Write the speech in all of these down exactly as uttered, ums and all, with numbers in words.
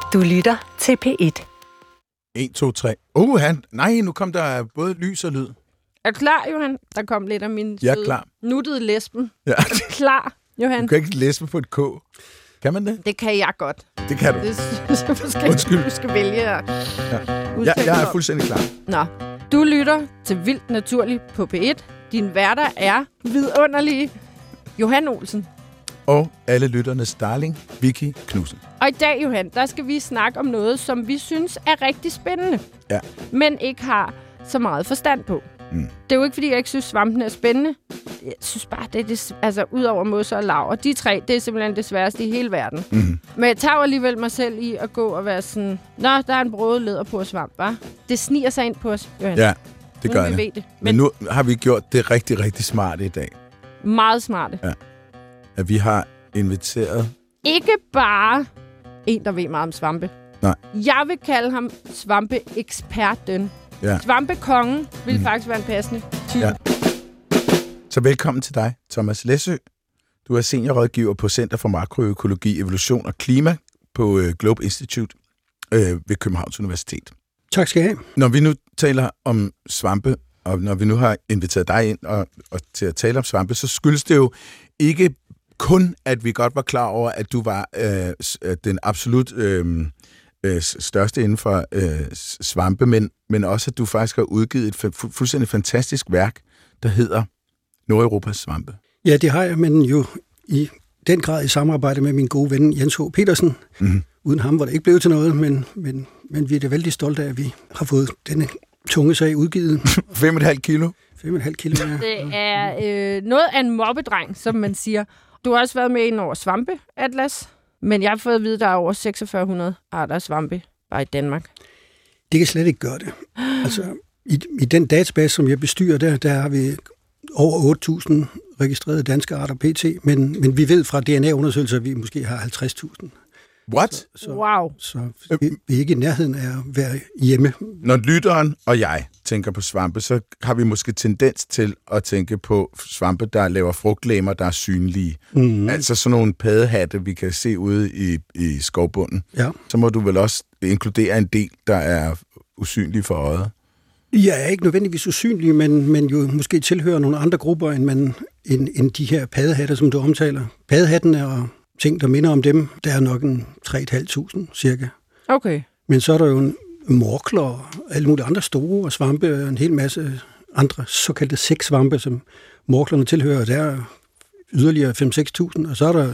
Du lytter til P et. en, to, tre. Uh, han. Nej, nu kom der både lys og lyd. Er du klar, Johan? Der kom lidt af min Jeg er søde, klar. nuttede lesben. Ja. Er du klar, Johan? Du kan ikke læse på et K. Kan man det? Det kan jeg godt. Det kan du. Det synes jeg, du skal, Undskyld. du skal vælge. Ja. Ja, jeg er fuldstændig klar. Nå, du lytter til Vildt Naturligt på P et. Din værter er vidunderlige Johan Olsen. Og alle lytternes darling, Vicky Knudsen. Og i dag, Johan, der skal vi snakke om noget, som vi synes er rigtig spændende. Ja. Men ikke har så meget forstand på. Mm. Det er jo ikke, fordi jeg ikke synes, svampen er spændende. Jeg synes bare, det er det, altså ud over mosser og lav. Og de tre, det er simpelthen det sværeste i hele verden. Mm. Men jeg tager alligevel mig selv i at gå og være sådan, nå, der er en brøde leder på svamp, hva'? Det sniger sig ind på os, Johan. Ja, det gør det. det. Ved det. Men, Men nu har vi gjort det rigtig, rigtig smart i dag. Meget smarte. Ja. At vi har inviteret... Ikke bare en, der ved meget om svampe. Nej. Jeg vil kalde ham svampeeksperten. Ja. Svampekongen vil mm. faktisk være en passende type. Ja. Så velkommen til dig, Thomas Læsø. Du er seniorrådgiver på Center for Makroøkologi, Evolution og Klima på Globe Institute øh, ved Københavns Universitet. Tak skal jeg have. Når vi nu taler om svampe, og når vi nu har inviteret dig ind og, og til at tale om svampe, så skyldes det jo ikke kun, at vi godt var klar over, at du var øh, den absolut øh, øh, største inden for øh, svampe, men, men også, at du faktisk har udgivet et fu- fuldstændig fantastisk værk, der hedder Nordeuropas svampe. Ja, det har jeg, men jo i den grad i samarbejde med min gode ven Jens H. Petersen. Mm-hmm. Uden ham var det ikke blevet til noget, men, men, men vi er da vældig stolte af, at vi har fået denne tunge sag udgivet. Fem og et halvt kilo? Fem og et halvt kilo, ja. Det er øh, noget af en mobbedreng, som man siger. Du har også været med ind over svampeatlas, men jeg har fået at vide, at der er over seksogfyrre hundrede arter af svampe bare i Danmark. Det kan slet ikke gøre det. Altså, i, i den database, som jeg bestyrer, der, der har vi over otte tusind registrerede danske arter pt., men, men vi ved fra D N A-undersøgelser, at vi måske har halvtreds tusind. What? Så, så, wow. Så vi, vi er ikke i nærheden af at være hjemme. Når lytteren og jeg tænker på svampe, så har vi måske tendens til at tænke på svampe, der laver frugtlegemer, der er synlige. Mm-hmm. Altså sådan nogle paddehatte, vi kan se ude i, i skovbunden. Ja. Så må du vel også inkludere en del, der er usynlige for øjet. Jeg er ikke nødvendigvis usynlig, men, men jo måske tilhører nogle andre grupper, end, man, end, end de her paddehatter, som du omtaler. Paddehattene og ting, der minder om dem, der er nok en tre tusind fem hundrede cirka. Okay. Men så er der jo en morkler og alle mulige andre store svampe, og en hel masse andre såkaldte sæksvampe, som morklerne tilhører. Der er yderligere fem til seks tusind, og så er der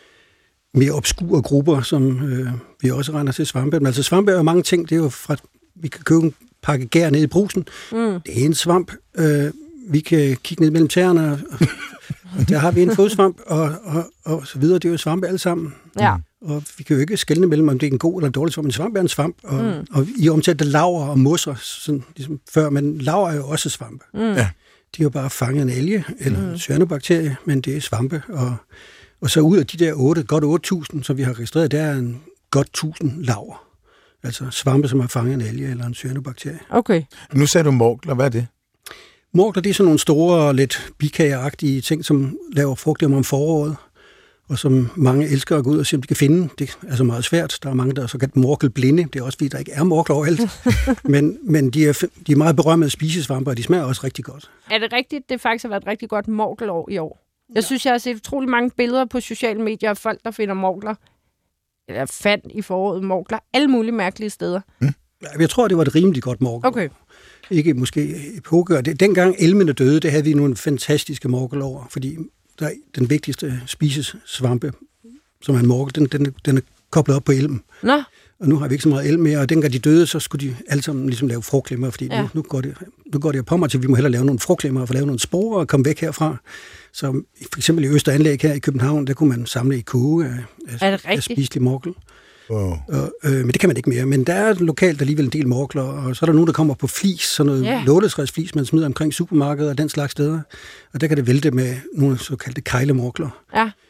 mere obskure grupper, som øh, vi også regner til svampe. Men altså svampe er jo mange ting. Det er jo fra, vi kan købe en pakke gær ned i brusen. Mm. Det er en svamp. Øh, vi kan kigge ned mellem tæerne, og, og der har vi en fodsvamp, og, og, og så videre. Det er jo svampe alle sammen. Ja. Og vi kan jo ikke skelne mellem, om det er en god eller en dårlig svamp. En svamp er en svamp, og, mm. og I omtalte laver og mosser, sådan ligesom før, men laver er jo også svampe. Mm. Ja. De er jo bare fanget en alge eller mm. en cyanobakterie, men det er svampe. Og, og så ud af de der otte, godt otte tusind, som vi har registreret, der er en godt tusind laver. Altså svampe, som har fanget en alge eller en cyanobakterie. Okay. Nu sagde du morkler. Hvad er det? Morkler, det er sådan nogle store, lidt bikageagtige ting, som laver frugtlemmer om foråret, og som mange elsker at gå ud og se, om de kan finde. Det er altså meget svært. Der er mange, der er såkaldt morkelblinde. Det er også fordi, der ikke er morkler overalt. men men de, er, de er meget berømmede spisesvampe, og de smager også rigtig godt. Er det rigtigt, det faktisk har været et rigtig godt morkelår i år? Jeg ja. synes, jeg har set utrolig mange billeder på sociale medier af folk, der finder morkler. Eller fandt i foråret morkler. Alle mulige mærkelige steder. Mm. Jeg tror, det var et rimelig godt morkelår. Okay. Ikke måske epokegør. Dengang elmene døde, det havde vi nogle fantastiske morkelår, fordi der er den vigtigste spisesvampe, som er en morkel, den, den, den er koblet op på elmen. Nå. Og nu har vi ikke så meget elm mere, og dengang de døde, så skulle de alle sammen ligesom lave frugtklemmer, fordi ja. nu, nu, går det, nu går det på mig til, at vi må hellere lave nogle frugtklemmer og få lavet nogle sporer og komme væk herfra. Så for eksempel i Østeranlæg her i København, der kunne man samle i koge af, af, af spiselig morkel. Wow. Og, øh, men det kan man ikke mere. Men der er lokalt alligevel en del morkler, og så er der nogen, der kommer på flis, sådan noget yeah. låletræsflis, man smider omkring supermarkeder og den slags steder. Og der kan det vælte med nogle såkaldte kejlemorkler. Ja.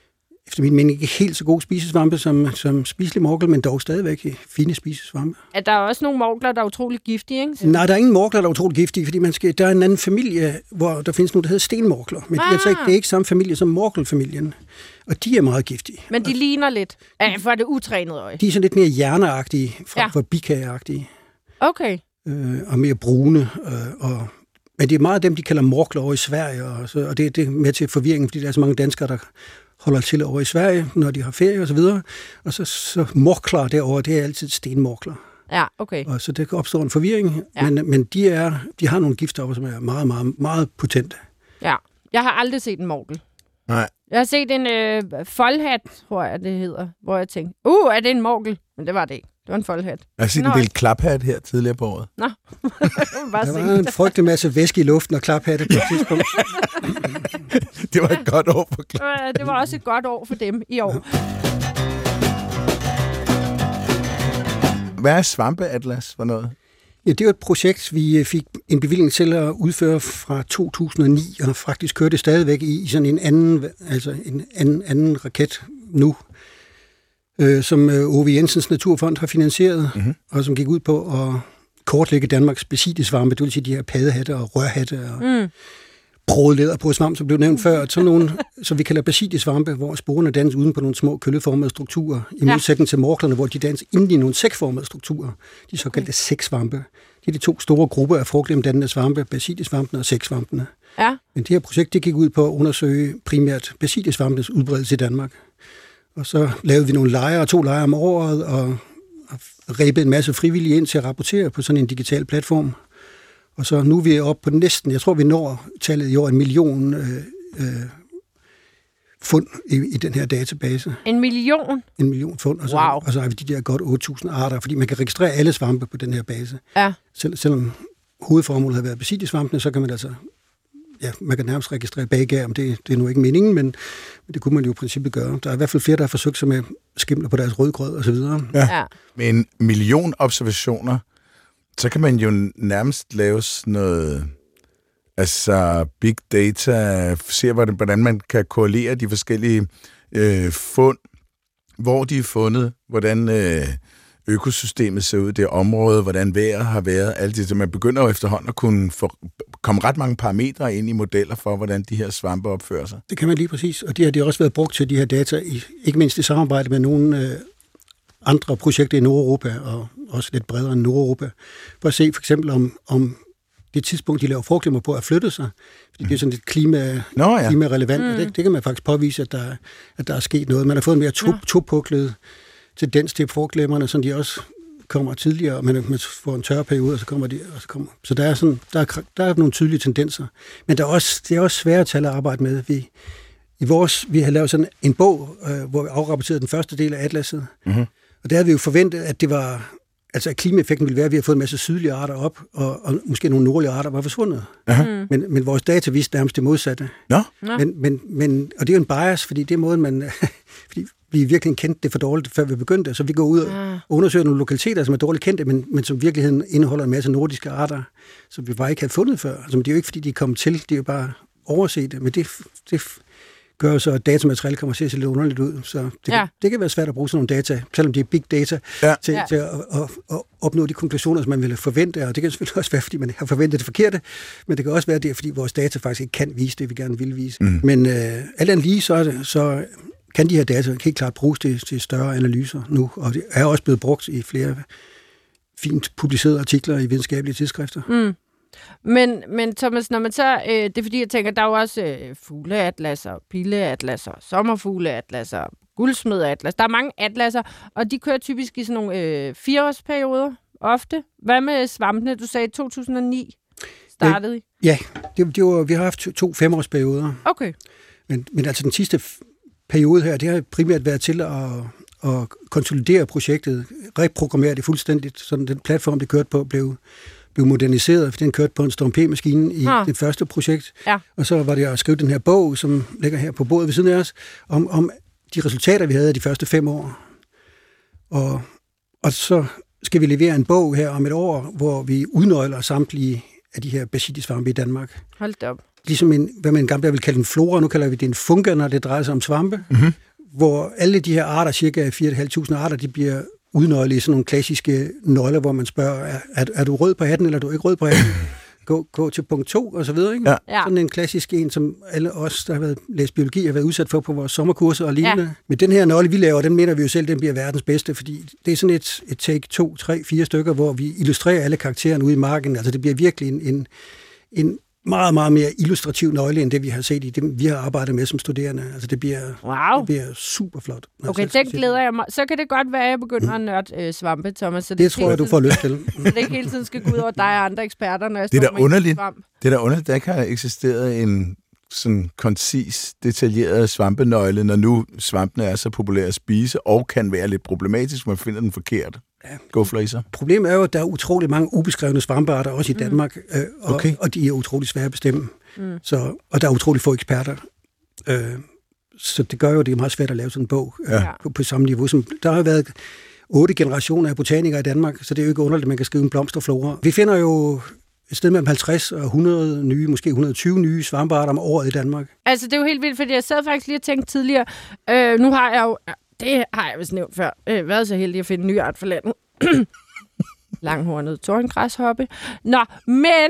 efter min mening ikke helt så gode spisesvampe som, som spiselig morkel, men dog stadigvæk fine spisesvampe. Er der også nogle morkler, der er utrolig giftige, ikke? Nej, der er ingen morkler, der er utrolig giftige, fordi man skal, der er en anden familie, hvor der findes nogle, der hedder stenmorkler. Men ah. det, er altså ikke, det er ikke samme familie som morkelfamilien. Og de er meget giftige. Men de og, ligner lidt, øh, for det utrænede øje. De er sådan lidt mere hjerneagtige, frem for ja. bikageagtige. Okay. Øh, og mere brune. Øh, og, men det er meget dem, de kalder morkler over i Sverige. Og, så, og det, det er med til forvirringen, fordi der er så mange danskere, der holder til over i Sverige, når de har ferie og så videre. Og så, så morkler derovre, det er altid stenmorkler. Ja, okay. Og så det kan opstå en forvirring, ja. men, men de, er, de har nogle giftstoffer, som er meget, meget, meget potente. Ja, jeg har aldrig set en morkel. Nej. Jeg har set en øh, foldhat, tror jeg, det hedder, hvor jeg tænkte, uh, er det en morkel? Men det var det ikke. Det var en foldhat. Jeg har set en del klaphat her tidligere på året. Nå. Der var en frygtelig masse væske i luften og klaphatte på et tidspunkt. Det var et godt år for klaphat. Det var også et godt år for dem i år. Ja. Hvad er Svampeatlas for noget? Ja, det er et projekt, vi fik en bevilling til at udføre fra to tusind og ni, og faktisk kører det stadigvæk i sådan en anden, altså en anden, anden raket nu, øh, som O V. Jensens Naturfond har finansieret, mm-hmm. og som gik ud på at kortlægge Danmarks besiddesvampe, det vil sige de her paddehatte og rørhatte og mm. brodlæder på svamp, som blev nævnt før, sådan nogle, som vi kalder basidiesvampe, hvor sporene dannes uden på nogle små kølleformede strukturer, i modsætning til morklerne, hvor de dannes inden i nogle sækformede strukturer, de såkaldte okay. sæksvampe. Det er de to store grupper af frugtlemdannende svampe, basidiesvampene og sæksvampene. Ja. Men det her projekt, det gik ud på at undersøge primært basidiesvampenes udbredelse i Danmark. Og så lavede vi nogle lejre, to lejre om året, og, og rebede en masse frivillige ind til at rapportere på sådan en digital platform. Og så nu er vi oppe på næsten, jeg tror vi når tallet i år, en million øh, øh, fund i, i den her database. En million? En million fund, og så, wow. og så har vi de der godt otte tusind arter, fordi man kan registrere alle svampe på den her base. Ja. Sel, selvom hovedformålet har været basidiesvampene, så kan man altså, ja, man kan nærmest registrere begge, om det, det er nu ikke meningen, men, men det kunne man jo i princippet gøre. Der er i hvert fald flere, der har forsøgt sig med skimler på deres rødgrød og så videre. Ja. Ja. Med en million observationer, så kan man jo nærmest lave sådan noget, altså big data, se hvordan man kan korrelere de forskellige øh, fund, hvor de er fundet, hvordan øh, økosystemet ser ud i det område, hvordan vejret har været, alt det. Så man begynder jo efterhånden at kunne få, komme ret mange parametre ind i modeller for, hvordan de her svampe opfører sig. Det kan man lige præcis, og det har de også været brugt til de her data, i, ikke mindst i samarbejde med nogle øh, andre projekter i Nordeuropa, og også lidt bredere end Nordeuropa, for at se for eksempel om, om det tidspunkt, de laver frugtlemmer på, at flytte sig. Fordi mm. det er sådan lidt klima, Nå, ja. klimarelevant, mm. og det, det kan man faktisk påvise, at der, at der er sket noget. Man har fået en mere to, topuklet tendens til frugtlemmerne, så de også kommer tidligere, og man, man får en tørre periode, og så kommer de. Og så, kommer. så der er, sådan, der, er, der er nogle tydelige tendenser. Men der er også, det er også svære tal at arbejde med. Vi, i vores, vi har lavet sådan en bog, øh, hvor vi afrapporterede den første del af atlasset, mm-hmm. og der havde vi jo forventet, at det var... Altså, at klimaeffekten ville være, at vi har fået en masse sydlige arter op, og, og måske nogle nordlige arter var forsvundet. Mm. Men, men vores data viste nærmest det modsatte. Ja. Men, men, men, og det er jo en bias, fordi det er måden, man... fordi vi virkelig kendte det for dårligt, før vi begyndte. Så vi går ud og undersøger nogle lokaliteter, som er dårligt kendte, men, men som i virkeligheden indeholder en masse nordiske arter, som vi bare ikke havde fundet før. Altså, det er jo ikke, fordi de er kommet til, det er jo bare overset det. Men det... det gør så, at datamateriale kommer til at se lidt underligt ud. Så det, ja. kan, det kan være svært at bruge sådan nogle data, selvom det er big data, ja. til, ja. til at, at, at opnå de konklusioner, som man ville forvente. Og det kan selvfølgelig også være, fordi man har forventet det forkerte, men det kan også være, det er, fordi vores data faktisk ikke kan vise det, vi gerne vil vise. Mm. Men øh, alt andet lige, så, det, så kan de her data helt klart bruges til, til større analyser nu, og det er også blevet brugt i flere fint publicerede artikler i videnskabelige tidsskrifter. Mm. Men, men Thomas, når man så, øh, det er fordi, jeg tænker, der er jo også øh, fugleatlasser, pilleatlasser, sommerfugleatlasser, guldsmedeatlas. Der er mange atlasser, og de kører typisk i sådan nogle øh, fireårsperioder ofte. Hvad med svampene? Du sagde to tusind og ni startede I? Ja, det, det var, vi har haft to, to femårsperioder. Okay. Men, men altså den sidste periode her, det har primært været til at, at konsolidere projektet, reprogrammere det fuldstændigt, så den platform, det kørte på, blev... blev moderniseret, for den kørte på en Storm P-maskine i ah. det første projekt. Ja. Og så var det at skrive den her bog, som ligger her på bordet ved siden af os, om, om de resultater, vi havde af de første fem år. Og, og så skal vi levere en bog her om et år, hvor vi udnøgler samtlige af de her basidiesvampe i Danmark. Hold da op. Ligesom en, hvad man engang vil kalde en flora, nu kalder vi det en funga, når det drejer sig om svampe. Mm-hmm. hvor alle de her arter, cirka fire tusind fem hundrede arter, de bliver udnøglet i sådan nogle klassiske nøgler, hvor man spørger, er, er, er du rød på hatten, eller er du ikke rød på hatten? Gå, gå til punkt to, og så videre, ikke? Ja. Sådan en klassisk en, som alle os, der har været læst biologi, har været udsat for på vores sommerkurser og lignende. Ja. Men den her nøgle, vi laver, den mener vi jo selv, den bliver verdens bedste, fordi det er sådan et, et take to, tre, fire stykker, hvor vi illustrerer alle karaktererne ude i marken. Altså det bliver virkelig en, en, en meget, meget mere illustrativ nøgle, end det vi har set i det, vi har arbejdet med som studerende. Altså det bliver, wow. det bliver super flot. Okay, den glæder jeg mig. Så kan det godt være, at jeg begynder mm. at nørde øh, svampe, Thomas. Så det, det tror jeg, du får lyst til. Så det ikke hele tiden skal gå ud over dig og andre eksperter, når jeg det er står da underligt. svamp. Det er da underligt, der ikke har eksisteret en sådan koncis, detaljeret svampenøgle, når nu svampene er så populære at spise, og kan være lidt problematisk, man finder den forkert. Ja. Go Flaser. Problemet er jo, at der er utrolig mange ubeskrevne svampearter, også i Danmark, mm. øh, og, okay. og de er utrolig svære at bestemme. Mm. Så, og der er utrolig få eksperter. Øh, så det gør jo, at det er meget svært at lave sådan en bog øh, ja. på, på samme niveau. Som, der har jo været otte generationer af botanikere i Danmark, så det er jo ikke underligt, at man kan skrive en blomsterflora. Vi finder jo et sted mellem halvtreds og hundrede nye, måske et hundrede og tyve nye svampearter om året i Danmark. Altså, det er jo helt vildt, fordi jeg sad faktisk lige og tænkte tidligere, øh, nu har jeg jo, det har jeg vist nævnt før, øh, været så heldig at finde en ny art for landet. Langhornet torngræshoppe. Nå, men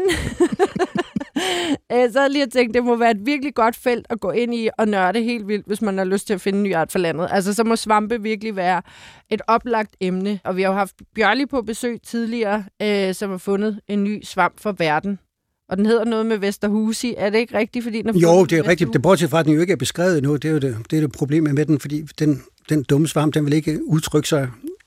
så havde lige tænkt, det må være et virkelig godt felt at gå ind i og nørde helt vildt, hvis man har lyst til at finde en ny art for landet. Altså, så må svampe virkelig være et oplagt emne. Og vi har jo haft Bjørli på besøg tidligere, øh, som har fundet en ny svamp for verden. Og den hedder noget med Vesterhusi. Er det ikke rigtigt? Fordi den jo, det er rigtigt. Det bortset fra, at den jo ikke er beskrevet nu. Det er jo det, det, er det problemet med den, fordi den, den dumme svamp, den vil ikke udtrykke sig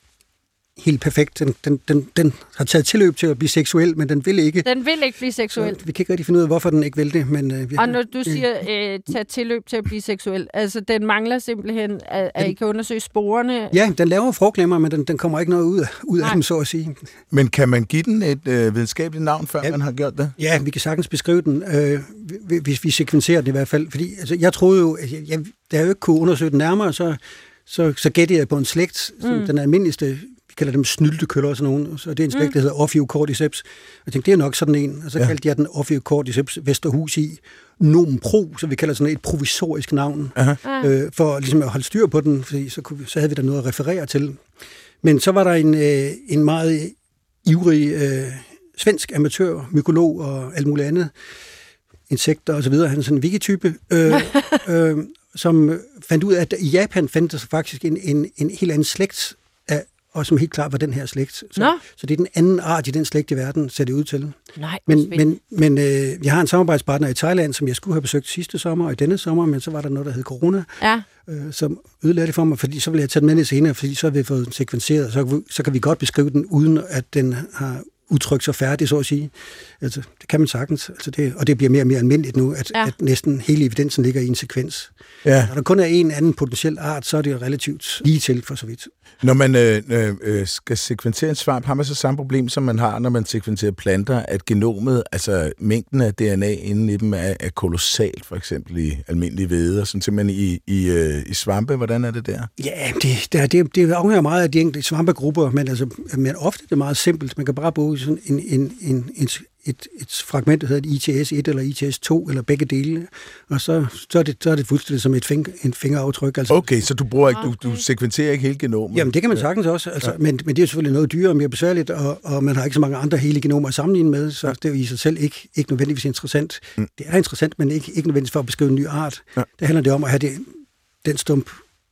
helt perfekt. Den, den, den, den har taget tilløb til at blive seksuel, men den vil ikke. Den vil ikke blive seksuel. Så vi kan ikke rigtig finde ud af, hvorfor den ikke vil det. Men, øh, vi og når du siger, øh, tage tilløb til at blive seksuel, altså den mangler simpelthen, at, at I kan undersøge sporene? Ja, den laver frugtlemmer, men den, den kommer ikke noget ud af, ud af dem, så at sige. Men kan man give den et øh, videnskabeligt navn, før ja, man har gjort det? Ja, vi kan sagtens beskrive den, øh, hvis vi sekvenserer den i hvert fald. Fordi altså, jeg troede jo, at jeg, da jeg jo ikke kunne undersøge den nærmere, så, så, så gættede jeg på en slægt, som mm. den almindeligste. Vi kalder dem snyltekøller og sådan nogle. Så det er en slægt, mm. der hedder Ophiocordyceps. Jeg tænkte, det er nok sådan en. Og så ja. kaldte jeg den Ophiocordyceps Vesterhusi Nompro, så vi kalder sådan et provisorisk navn, øh, for ligesom at holde styr på den, fordi så, kunne vi, så havde vi der noget at referere til. Men så var der en, øh, en meget ivrig øh, svensk amatør, mykolog og alt muligt andet, insekter og så videre. Han er sådan en wiki-type, øh, øh, som fandt ud af, at i Japan fandt der faktisk en, en, en helt anden slægt af, og som helt klart var den her slægt. Så, så det er den anden art i den slægt i verden, ser det ud til. Nej, men men, men øh, jeg har en samarbejdspartner i Thailand, som jeg skulle have besøgt sidste sommer og i denne sommer, men så var der noget, der hed corona, ja. øh, som ødelagde det for mig, fordi så ville jeg tage den med lidt senere, fordi så har vi fået den sekvenseret, så, så kan vi godt beskrive den, uden at den har udtrykt sig færdig, så at sige. Altså, det kan man sagtens. Altså det, og det bliver mere og mere almindeligt nu, at, ja. at næsten hele evidensen ligger i en sekvens. Ja. Når der kun er en anden potentiel art, så er det jo relativt lige til for så vidt. Når man øh, øh, skal sekventere en svamp, har man så samme problem, som man har, når man sekventerer planter, at genomet, altså mængden af D N A inde i dem, er, er kolossalt, for eksempel i almindelige hvede, og sådan simpelthen i, i, øh, i svampe. Hvordan er det der? Ja, det, det, det, det afhænger meget af de enkelte svampegrupper, men, altså, men ofte er det meget simpelt. Man kan bare bruge sådan en, en, en, en Et, et fragment, der hedder et I T S et eller I T S to, eller begge dele, og så, så, er, det, så er det fuldstændig som et fing, en fingeraftryk. Altså. Okay, så du bruger ikke, du, du sekventerer ikke hele genomet? Jamen, det kan man sagtens også, altså, ja. men, men det er selvfølgelig noget dyrere og mere besværligt, og, og man har ikke så mange andre hele genomer at sammenligne med, så det er jo i sig selv ikke, ikke nødvendigvis interessant. Mm. Det er interessant, men ikke, ikke nødvendigvis for at beskrive en ny art. Ja. Det handler det om at have det, den stump.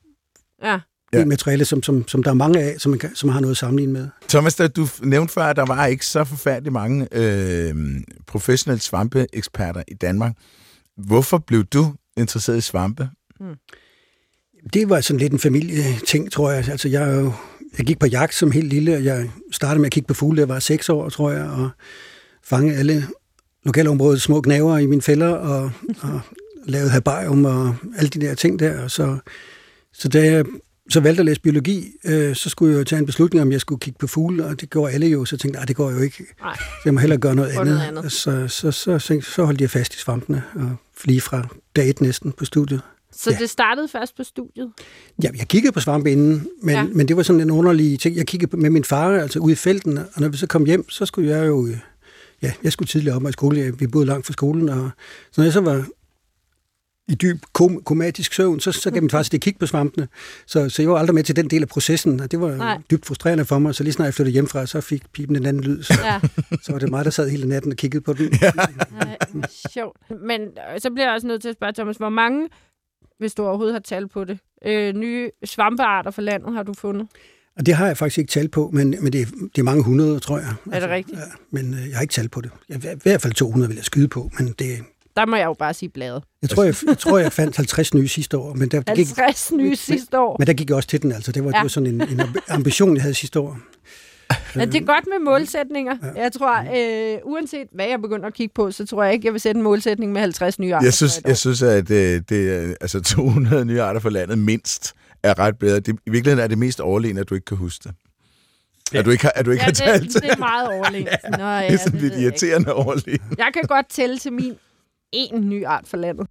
Ja. Ja. Materiale, som, som, som der er mange af, som, man kan, som har noget at sammenligne med. Thomas, da du nævnte før, at der var ikke så forfærdeligt mange øh, professionelle svampeeksperter i Danmark. Hvorfor blev du interesseret i svampe? Hmm. Det var sådan lidt en familieting, tror jeg. Altså, jeg, jeg gik på jagt som helt lille, og jeg startede med at kigge på fugle, jeg var seks år, tror jeg, og fange alle lokalområdets små gnaver i mine fælder, og, og lavede herbarium og alle de der ting der. Og så, så da jeg så valgte at læse biologi, øh, så skulle jeg jo tage en beslutning, om jeg skulle kigge på fugle, og det gjorde alle jo, så tænkte jeg, det går jo ikke. Nej. Så jeg må hellere gøre noget, andet. noget andet. Så, så, så, så, så holdt jeg fast i svampene, og lige fra dag et næsten på studiet. Så ja. Det startede først på studiet? Ja, jeg kiggede på svampe inden, men, ja. men det var sådan en underlig ting. Jeg kiggede med min far, altså ude i felten, og når vi så kom hjem, så skulle jeg jo, ja, jeg skulle tidligere op i skole, vi boede langt fra skolen, og så når jeg så var i dyb kom- komatisk søvn, så, så gav man faktisk det kig på svampene. Så, så jeg var aldrig med til den del af processen, og det var Nej. dybt frustrerende for mig. Så lige snart jeg flyttede hjemmefra, så fik pipen en anden lyd. Så, ja. så var det mig, der sad hele natten og kiggede på den. Ja. Nej, sjovt. Men så bliver jeg også nødt til at spørge, Thomas, hvor mange, hvis du overhovedet har tal på det, øh, nye svampearter for landet har du fundet? Og det har jeg faktisk ikke tal på, men, men det, er, det er mange hundrede, tror jeg. Er det rigtigt? Ja, men øh, jeg har ikke tal på det. Jeg, I hvert fald to hundrede vil jeg skyde på, men det... Der må jeg jo bare sige blade. Jeg tror, jeg, jeg, tror, jeg fandt halvtreds nye sidste år. Men der, halvtreds gik, nye sidste år? Men der gik jeg også til den, altså. Det var, ja. det var sådan en, en ambition, jeg havde sidste år. Ja, det er godt med målsætninger. Ja. Jeg tror, øh, uanset hvad jeg begynder at kigge på, så tror jeg ikke, jeg vil sætte en målsætning med halvtreds nye arter. Jeg synes, jeg synes at øh, det, altså to hundrede nye arter for landet mindst er ret bedre. Det, i virkeligheden er det mest overlegne, at du ikke kan huske det. Ja. At du ikke har, at du ikke ja, har talt det. det er meget overlegent. Ja, Nå, ja, det er sådan lidt irriterende overlegent. Jeg kan godt tælle til min en ny art for landet.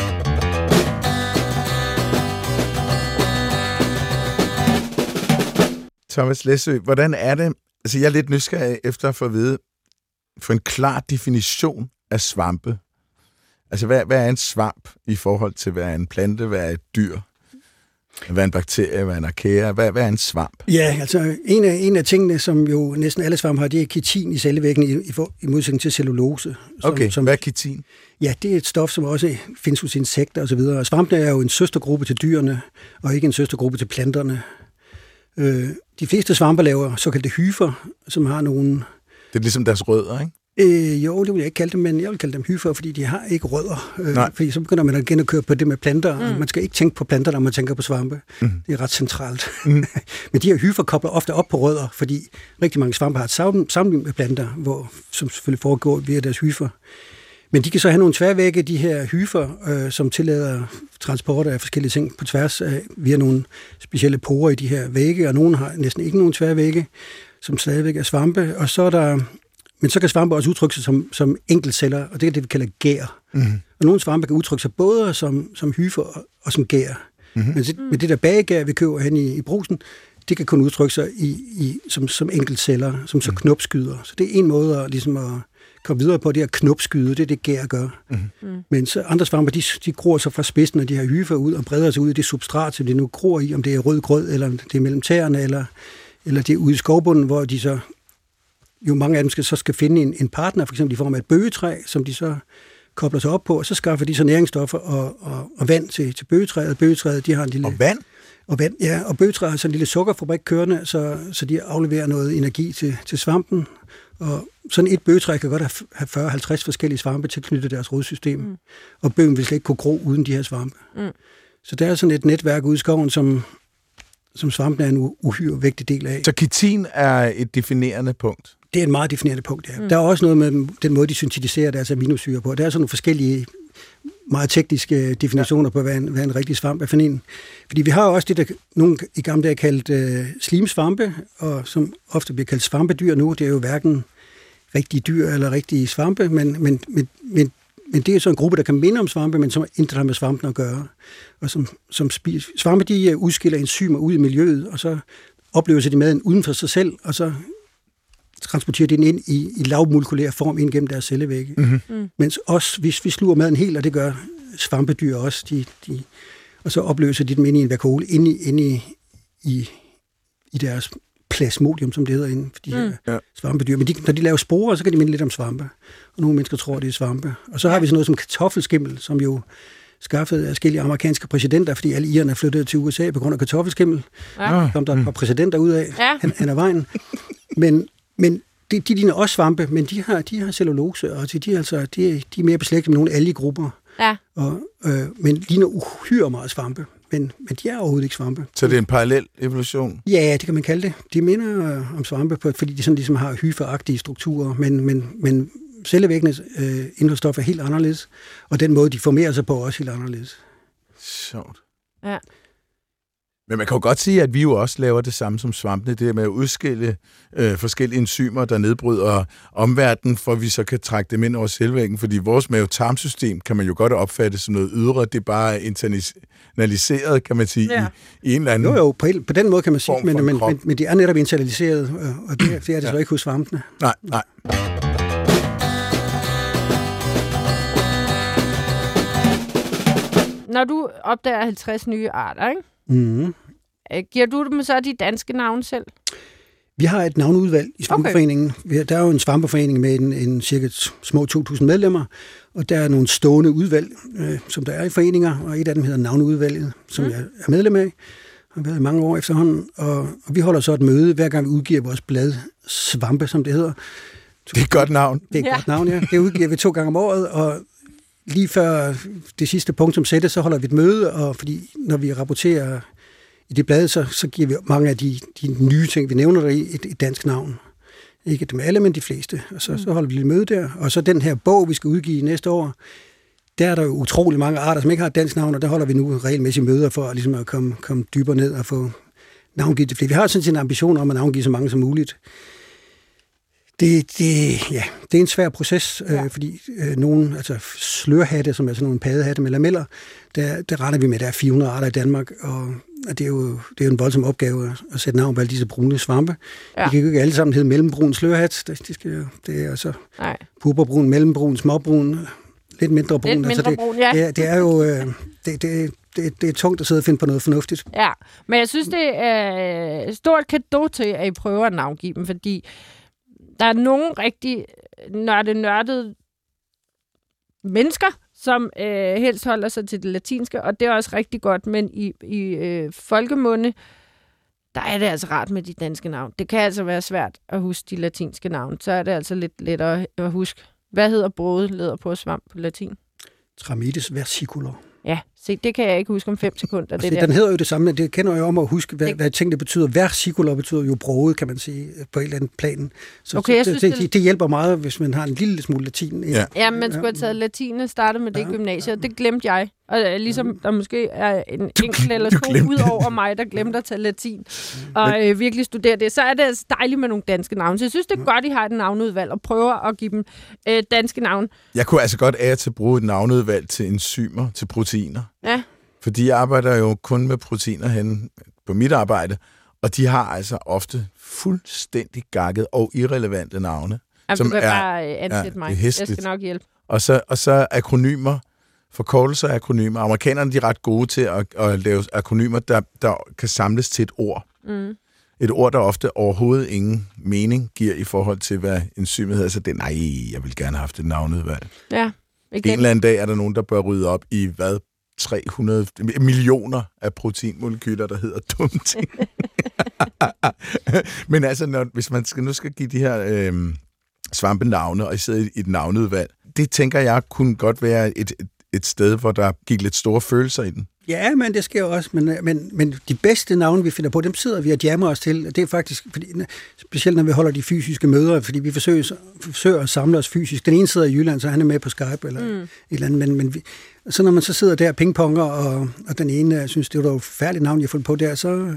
Thomas Læsø, hvordan er det? Altså, jeg er lidt nysgerrig efter at få at vide, for en klar definition af svampe. Altså, hvad, hvad er en svamp i forhold til, hvad er en plante, hvad er et dyr? Hvad er en bakterie, hvad er en arkæa? Hvad, hvad er en svamp? Ja, altså en af, en af tingene, som jo næsten alle svampe har, det er kitin i cellevæggen i, i, i modsætning til cellulose. Som, okay, som, hvad er kitin? Ja, det er et stof, som også findes hos insekter osv. Og svampene er jo en søstergruppe til dyrene, og ikke en søstergruppe til planterne. Øh, de fleste svampe laver såkaldte hyfer, som har nogle... Det er ligesom deres rødder, ikke? Øh, jo, det vil jeg ikke kalde dem, men jeg vil kalde dem hyfer, fordi de har ikke rødder. Øh, fordi så begynder man igen at køre på det med planter. Mm. Man skal ikke tænke på planter, når man tænker på svampe. Mm. Det er ret centralt. Mm. Men de her hyfer kobler ofte op på rødder, fordi rigtig mange svampe har et sammenliv med planter, hvor, som selvfølgelig foregår via deres hyfer. Men de kan så have nogle tværvægge, de her hyfer, øh, som tillader transport af forskellige ting på tværs af, via nogle specielle porer i de her vægge, og nogle har næsten ikke nogen tværvægge, som stadigvæk er svampe. Og så er der... Men så kan svampe også udtrykke sig som, som enkeltceller, og det er det, vi kalder gær. Mm-hmm. Og nogle svampe kan udtrykke sig både som, som hyfer og, og som gær. Mm-hmm. Men, men det der bagegær, vi køber hen i, i brusen, det kan kun udtrykke sig i, i, som, som enkeltceller, som så knopskyder. Så det er en måde at, ligesom at komme videre på, det at knopskyde, det er det gær gør. Mm-hmm. Men så andre svampe, de, de gror så fra spidsen af de her hyfer ud og breder sig ud i det substrat, som de nu gror i, om det er rød grød, eller det er mellem tæerne, eller, eller det er ude i skovbunden, hvor de så... Jo, mange af dem skal, så skal finde en, en partner, for eksempel i form af et bøgetræ, som de så kobler sig op på, og så skaffer de så næringsstoffer og, og, og vand til, til bøgetræet. Bøgetræet, de har en lille... Og vand? Og vand, ja. Og bøgetræet har så en lille sukkerfabrik kørende, så, så de afleverer noget energi til, til svampen. Og sådan et bøgetræ kan godt have fyrre til halvtreds forskellige svampe tilknyttet deres rodsystem. Mm. Og bøgen vil slet ikke kunne gro uden de her svampe. Mm. Så der er sådan et netværk ude i skoven, som, som svampen er en uhyre vigtig del af. Så kitin er et definerende punkt? Det er et meget definerende punkt, ja. Mm. Der er også noget med den måde, de syntetiserer deres aminosyre på. Der er sådan nogle forskellige, meget tekniske definitioner på, hvad en, hvad en rigtig svamp er for en. Fordi vi har også det, der nogle i gamle dage kaldt øh, slimsvampe, og som ofte bliver kaldt svampedyr nu. Det er jo hverken rigtige dyr eller rigtige svampe, men, men, men, men, men det er så en gruppe, der kan minde om svampe, men som intet har med svampen at gøre. Og som, som spiser. Svampe, de udskiller enzymer ud i miljøet, og så oplever de maden uden for sig selv, og så transporterer den ind i, i lavmolekulær form ind gennem deres cellevægge. Mm-hmm. Mm. Mens os, hvis vi sluger maden helt, og det gør svampedyr også, de, de, og så opløser de dem ind i en vakuole, ind i, ind i, i, i deres plasmodium, som det hedder inden for de mm. her svampedyr. Men de, når de laver sporer, så kan de minde lidt om svampe. Og nogle mennesker tror, det er svampe. Og så har vi sådan noget som kartoffelskimmel, som jo skaffede forskellige amerikanske præsidenter, fordi alle irerne flyttede til U S A på grund af kartoffelskimmel. Ja. Kom der et par præsidenter ud af ja. hen, hen ad vejen. Men Men de, de ligner også svampe, men de har, de har cellulose, og de, de, altså, de, de er mere beslægtet med nogle algegrupper. Ja. Og, øh, men ligner uhyre meget svampe, men, men de er overhovedet ikke svampe. Så det er en parallel evolution? Ja, det kan man kalde det. De minder øh, om svampe, på, fordi de sådan ligesom har hyferagtige strukturer, men, men, men cellevæggenes øh, indholdsstof er helt anderledes, og den måde, de formerer sig på, er også helt anderledes. Sjovt. Ja. Men man kan jo godt sige, at vi jo også laver det samme som svampene, det med at udskille øh, forskellige enzymer, der nedbryder omverdenen, for at vi så kan trække dem ind over cellevæggen, fordi vores mave-tarmsystem kan man jo godt opfatte som noget ydre, det er bare internaliseret, kan man sige, ja. i, i en eller anden Jo, jo, på, på den måde kan man sige, men, men, men, men de er netop internaliseret, og det, det er det ja. så ikke hos svampene. Nej, nej. når du opdager halvtreds nye arter, ikke? Mm. Giver du dem så de danske navne selv? Vi har et navneudvalg i Svampeforeningen. Okay. Der er jo en svampeforening med en, en cirka små to tusind medlemmer, og der er nogle stående udvalg, øh, som der er i foreninger, og et af dem hedder navneudvalget, som mm. jeg er medlem af. Har været i mange år efterhånden, og, og vi holder så et møde, hver gang vi udgiver vores blad Svampe, som det hedder. Det er et godt navn. Det er et ja. godt navn, ja. Det udgiver vi to gange om året, og lige før det sidste punktum sættes, så holder vi et møde, og fordi når vi rapporterer i det blad, så, så giver vi mange af de, de nye ting, vi nævner der i, et, et dansk navn. Ikke dem alle, men de fleste. Og så, mm. så holder vi et møde der. Og så den her bog, vi skal udgive næste år, der er der jo utrolig mange arter, som ikke har et dansk navn, og der holder vi nu regelmæssige møder for ligesom at komme, komme dybere ned og få navngivet det. Vi har sådan set en ambition om at navngive så mange som muligt. Det, det, ja, det er en svær proces, ja. øh, fordi øh, nogle, altså slørhatte, som er sådan nogle paddehatte med lameller, der, der regner vi med, at der er fire hundrede arter i Danmark, og, og det, er jo, det er jo en voldsom opgave at, at sætte navn på alle disse brune svampe. Ja. De kan jo ikke alle sammen hedde mellembrun slørhat, det, de skal jo, det er altså purpurbrun, mellembrun, småbrun, lidt mindre brun. Lidt mindre altså det, brun, ja. Det, det er jo øh, det, det, det, det er tungt at sidde og finde på noget fornuftigt. Ja, men jeg synes, det er et stort cadeau til, at I prøver at navngive dem, fordi der er nogle rigtig nørde, nørdede mennesker, som øh, helst holder sig til det latinske, og det er også rigtig godt, men i, i øh, folkemunde, der er det altså rart med de danske navne. Det kan altså være svært at huske de latinske navne, så er det altså lidt lettere at huske. Hvad hedder brode, leder på svamp på latin? Trametes versicolor. Ja, se, det kan jeg ikke huske om fem sekunder. Det se, der. Den hedder jo det samme, det kender jeg om at huske, hvad, det... hvad ting det betyder. Versicolor betyder jo brode, kan man sige, på et eller andet plan. Så, okay, jeg så synes, det, det... det hjælper meget, hvis man har en lille smule latin. Ja, ja man skulle have taget latin og startet med det ja, gymnasiet, ja. Det glemte jeg. Og ligesom der måske er en enkelt eller to ud over mig, der glemte at tage latin, og øh, virkelig studere det, så er det altså dejligt med nogle danske navne. Så jeg synes, det er godt, I har et navneudvalg, og prøver at give dem øh, danske navne. Jeg kunne altså godt af til at bruge et navneudvalg til enzymer, til proteiner. Ja. Fordi jeg arbejder jo kun med proteiner hen på mit arbejde, og de har altså ofte fuldstændig gakket og irrelevante navne. Jamen, som du kan er, bare ansætte ja, mig. Jeg skal nok hjælpe. Og så, og så akronymer, forkortelser af akronymer. Amerikanerne de er ret gode til at, at lave akronymer, der, der kan samles til et ord. Mm. Et ord, der ofte overhovedet ingen mening giver i forhold til, hvad enzymet hedder. Så det nej, jeg vil gerne have haft et navneudvalg. Ja, igen. En eller anden dag er der nogen, der bør rydde op i, hvad, tre hundrede millioner af proteinmolekyler, der hedder dumme ting. Men altså, når, hvis man skal, nu skal give de her øh, svampenavne, og I sidder i et navneudvalg, det tænker jeg kunne godt være et, et, et sted, hvor der gik lidt store følelser i den. Ja, men det sker også, men, men, men de bedste navne, vi finder på, dem sidder vi og jammer os til. Det er faktisk, fordi, specielt når vi holder de fysiske møder, fordi vi forsøger, forsøger at samle os fysisk. Den ene sidder i Jylland, så han er med på Skype eller mm. et eller andet, men, men vi, så når man så sidder der og pingponger, og, og den ene synes, det var jo færdigt navn, jeg har fundet på der, så,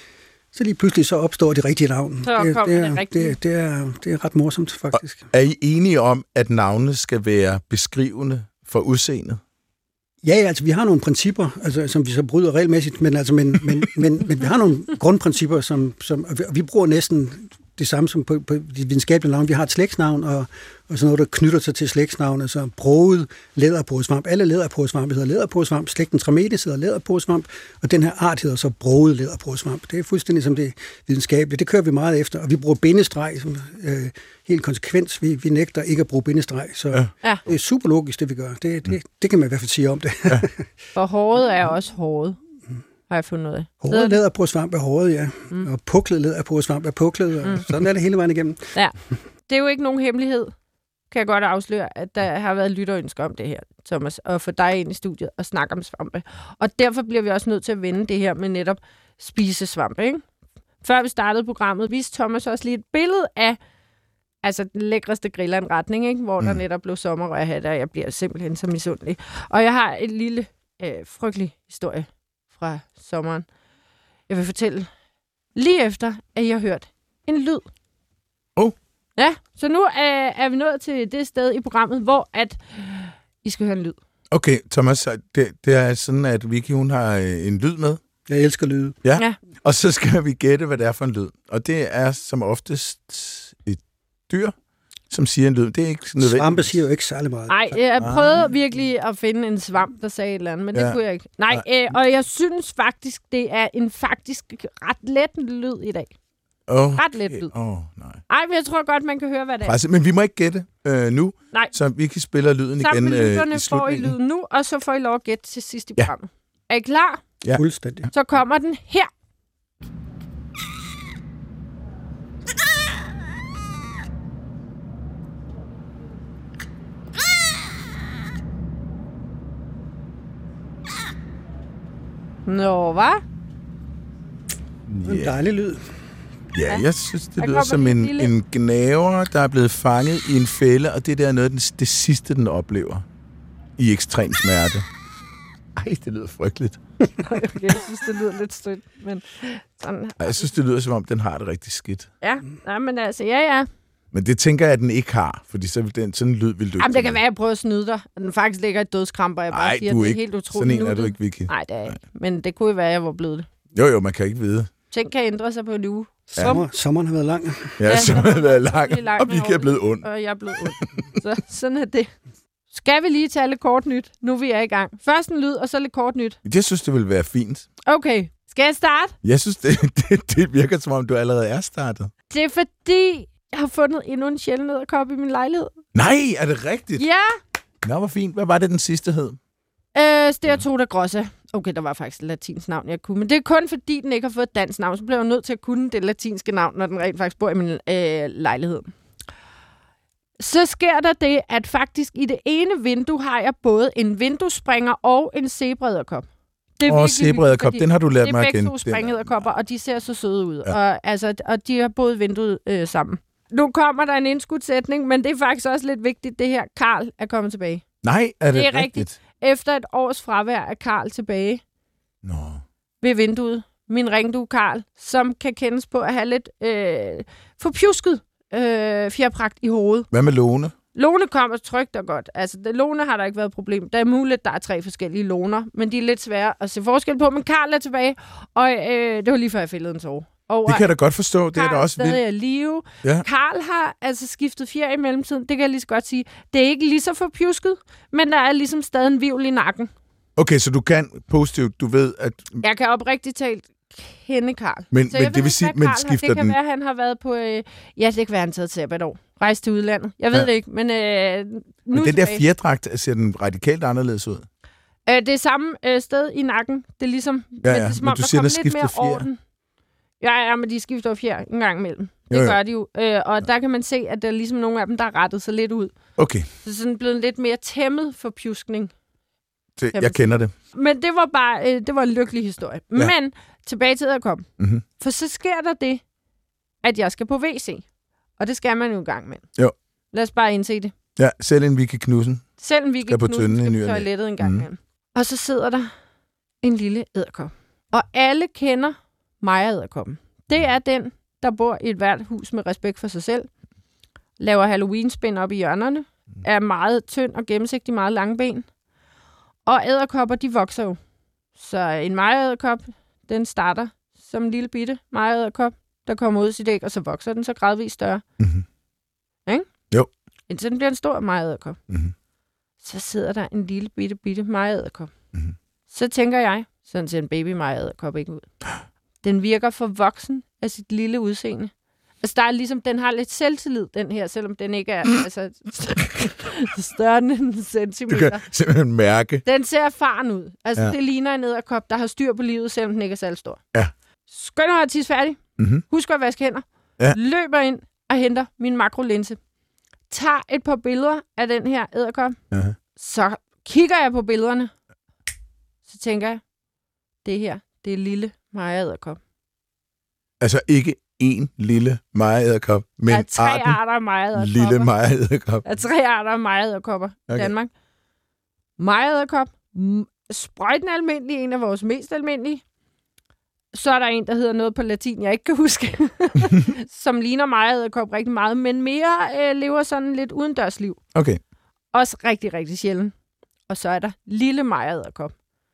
så lige pludselig så opstår det rigtige navn. Så det, det, er, det, det, det, er, det er ret morsomt, faktisk. Og er I enige om, at navnene skal være beskrivende for udseendet? Ja, altså vi har nogle principper, altså, som vi så bryder regelmæssigt, men, altså, men, men, men, men vi har nogle grundprincipper, som, som og vi, og vi bruger næsten det samme som på, på de videnskabelige navne. Vi har et slægtsnavn, og, og sådan noget, der knytter sig til slægtsnavn, altså broget læderpåsvamp. Alle læderpåsvamp hedder læderpåsvamp. Slægten Trametes hedder læderpåsvamp, og den her art hedder så broget læderpåsvamp. Det er fuldstændig som det videnskabelige. Det kører vi meget efter, og vi bruger bindestreg som øh, helt konsekvens. Vi, vi nægter ikke at bruge bindestreg, så ja. Det er super logisk, det vi gør. Det, det, det kan man i hvert fald sige om det. Ja. For håret er også håret. Har jeg fundet ud af. Håret læder på svamp er håret, ja. Mm. Og puklet læder på svamp er puklet, og mm. sådan er det hele vejen igennem. Ja. Det er jo ikke nogen hemmelighed, kan jeg godt afsløre, at der har været lytterønsker om det her, Thomas, og få dig ind i studiet og snakke om svampe. Og derfor bliver vi også nødt til at vende det her med netop spise svampe, ikke? Før vi startede programmet, viste Thomas også lige et billede af altså den lækreste grillanretning, ikke? Hvor mm. der netop blev sommerrørhatte, og jeg bliver simpelthen så misundelig. Og jeg har et lille øh, frygtelig historie fra sommeren. Jeg vil fortælle lige efter, at jeg har hørt en lyd. Oh. Ja, så nu er, er vi nået til det sted i programmet, hvor at I skal høre en lyd. Okay, Thomas, det, det er sådan, at Vicky, hun har en lyd med. Jeg elsker lyde. Ja. ja, og så skal vi gætte, hvad det er for en lyd. Og det er som oftest et dyr, som siger en lyd. Det er ikke nødvendigt. Svampe siger jo ikke særlig meget. Nej, jeg prøvede virkelig at finde en svamp, der sagde et eller andet, men ja. det kunne jeg ikke. Nej, øh, og jeg synes faktisk, det er en faktisk ret let lyd i dag. Okay. Ret let lyd. Åh, oh, nej. Ej, men jeg tror godt, man kan høre, hvad det er. Faktisk, men vi må ikke gætte øh, nu, Nej. så vi kan spille lyden Sammen igen med øh, i lytterne får I slutningen. lyden nu, og så får I lov at gætte til sidst i Ja. programmet. Er I klar? Ja. Fuldstændig. Så kommer den her. Nå, hvad? En dejlig lyd. Ja, jeg synes, det Der lyder kommer som lige en, en lille- en gnaver, der er blevet fanget i en fælde, og det der er noget af den, det sidste, den oplever i ekstrem smerte. Ej, det lyder frygteligt. Okay, jeg synes, det lyder lidt stødt, men sådan. Ej, jeg synes, det lyder som om, den har det rigtig skidt. Ja, nej, men altså, ja, ja. Men det tænker jeg, at den ikke har, fordi så vil den, sådan en lyd vil du ikke. Jamen, det kan være, at jeg prøver at snyde dig. At den faktisk ligger i dødskramper, jeg bare Ej, siger, du er det er ikke. helt utroligt. Sådan en er du nuttet. ikke, Vicky. Nej, det er jeg ikke. Men det kunne jo være, at jeg var blevet det. Jo, jo, man kan ikke vide. Ting kan ændre sig på en uge. Sommer, sommeren har været lang. Ja, Ja, så den har har det været været lang, lige lang og med Vicky er året. blevet ond. Og jeg er blevet ond. Så sådan er det. Skal vi lige tage lidt kort nyt, nu vi er i gang? Først en lyd, og så lidt kort nyt. Jeg synes, det vil være fint. Okay, skal jeg starte? Jeg synes, det, det, det virker, som om du allerede er startet. Det er fordi, jeg har fundet endnu en sjælden edderkop i min lejlighed. Nej, er det rigtigt? Ja! Nå, hvor fint. Hvad var det, den sidste hed? Øh, Steatota grossa. Okay, der var faktisk et latinsk navn, jeg kunne. Men det er kun fordi, den ikke har fået et dansk navn. Så bliver jeg nødt til at kunne det latinske navn, når den rent faktisk bor i min øh, lejlighed. Så sker der det, at faktisk i det ene vindue har jeg både en vinduespringer og en zebra-edderkop. Det Åh, zebra-edderkop, den har du lært mig at kende. Det er kende. begge to springedderkopper, og de ser så søde ud. Ja. Og, altså, og de har boet vinduet øh, sammen. Nu kommer der en indskudssætning, men det er faktisk også lidt vigtigt, det her. Karl er kommet tilbage. Nej, er det, Det er rigtigt? rigtigt. Efter et års fravær er Karl tilbage Nå. ved vinduet. Min ringdue Karl, som kan kendes på at have lidt øh, forpjusket øh, fjerpragt i hovedet. Hvad med Lone? Lone kommer trygt og godt. Altså, det, Lone har der ikke været et problem. Der er muligt, der er tre forskellige loner, men de er lidt svære at se forskel på. Men Karl er tilbage, og øh, det var lige før, jeg fældede en tår. Og, Det kan jeg da godt forstå. Det er da også vildt. vildt. er live. Ja. Karl har altså skiftet fjer i mellemtiden. Det kan jeg lige så godt sige. Det er ikke lige så forpjusket, men der er ligesom stadig en vivl i nakken. Okay, så du kan positivt, du ved, at... Jeg kan oprigtigt talt kende Karl. Men, Så men jeg det ved vil ikke, sige, hvad men Karl har. skifter Det kan den... være, at han har været på... Øh, ja, det kan være, han taget til et år. Rejse til udlandet. Jeg ved Ja. det ikke, men øh, nu Men den der tilbage. fjerdragt, ser den radikalt anderledes ud? Øh, det er samme øh, sted i nakken. Det er ligesom... Ja, men ja. det er, som Men om, du der siger, kommer der lidt mere skifter fjer. orden. Ja, ja, men de skifter jo fjer en gang imellem. Det Jo, jo. gør de jo. Øh, og der kan man se, at der er ligesom nogle af dem, der har rettet sig lidt ud. Okay, Så sådan blevet lidt mere tæmmet for pjuskning. det, man jeg kender det. Men det var bare øh, det var en lykkelig historie. Ja. Men tilbage til at komme. Mm-hmm. For så sker der det, at jeg skal på W C. Og det skal man jo i gang med. Jo. Lad os bare indse det. Ja, selv en Vicky Knudsen. Selv en Vicky Skal på Knudsen tynden i skal ny på og næ. toilettet en gang Mhm. imellem. Og så sidder der en lille edderkop. Og alle kender Maja-edderkoppen. Det er den, der bor i et hvert hus med respekt for sig selv. Laver Halloween-spin op i hjørnerne. Er meget tynd og gennemsigtig, meget lange ben. Og edderkopper, de vokser jo. Så en Maja-edderkop, den starter som en lille bitte Maja-edderkop, der kommer ud i sit æg, og så vokser den så gradvist større. Mm-hmm. Ikke? Jo. Indtil den bliver en stor Maja-edderkop. Mm-hmm. Så sidder der en lille bitte, bitte Maja-edderkop. Mm-hmm. Så tænker jeg, sådan ser en baby Maja-edderkop ikke ud. Den virker for voksen af sit lille udseende. Altså, der er ligesom, den har lidt selvtillid, den her, selvom den ikke er altså, større end en Du centimeter. kan simpelthen mærke. Den ser erfaren ud. Altså, Ja. ja. det ligner en edderkop, der har styr på livet, selvom den ikke er særlig stor. Ja. Skynd dig at tisse færdig. Mm-hmm. Husk at vaske hænder. Ja. Løber ind og henter min makrolinse. Tager et par billeder af den her edderkop. Uh-huh. Så kigger jeg på billederne. Så tænker jeg, det her, det er lille Maja-edderkop. Altså ikke én lille Maja-edderkop, men Der er tre arten arter af Maja-edderkopper. lille Maja-edderkop. Der er tre arter af Maja-edderkopper Okay. i Danmark. Maja-edderkop, m- sprøjten almindelig, en af vores mest almindelige. Så er der en, der hedder noget på latin, jeg ikke kan huske, som ligner Maja-edderkop rigtig meget, men mere øh, lever sådan lidt udendørsliv. Okay. Også rigtig, rigtig sjældent. Og så er der lille Maja-edderkop.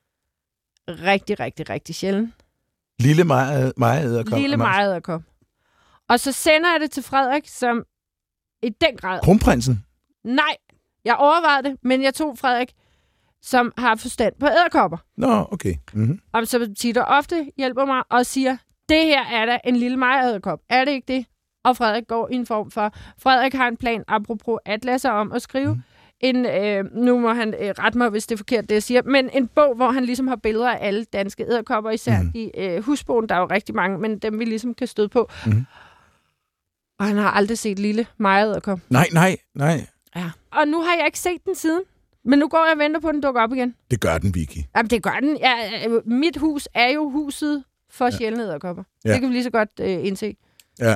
Rigtig, rigtig, rigtig sjældent. Lille Maja- Maja-edderkop. Lille Maja-edderkop. Og så sender jeg det til Frederik, som I den grad. Kronprinsen? Nej, jeg overvejede det, men jeg tog Frederik, som har forstand på edderkopper. Nå, okay. Mm-hmm. Og så tit og ofte hjælper mig og siger, det her er da en lille mejeredderkop. Er det ikke det? Og Frederik går i en form for... Frederik har en plan, apropos atlasser, om at skrive mm. en... Øh, nu må han øh, rette mig, hvis det er forkert, det jeg siger. Men en bog, hvor han ligesom har billeder af alle danske edderkopper, især mm. de øh, husboen. Der er jo rigtig mange, men dem vi ligesom kan støde på. Mm. Og han har aldrig set lille mejeredderkop. Nej, nej, nej. Ja. Og nu har jeg ikke set den siden. Men nu går jeg og venter på, at den dukker op igen. Det gør den, Vicky. Jamen, det gør den. Ja, mit hus er jo huset for ja. sjældne edderkopper. Ja. Det kan vi lige så godt øh, indse. Ja.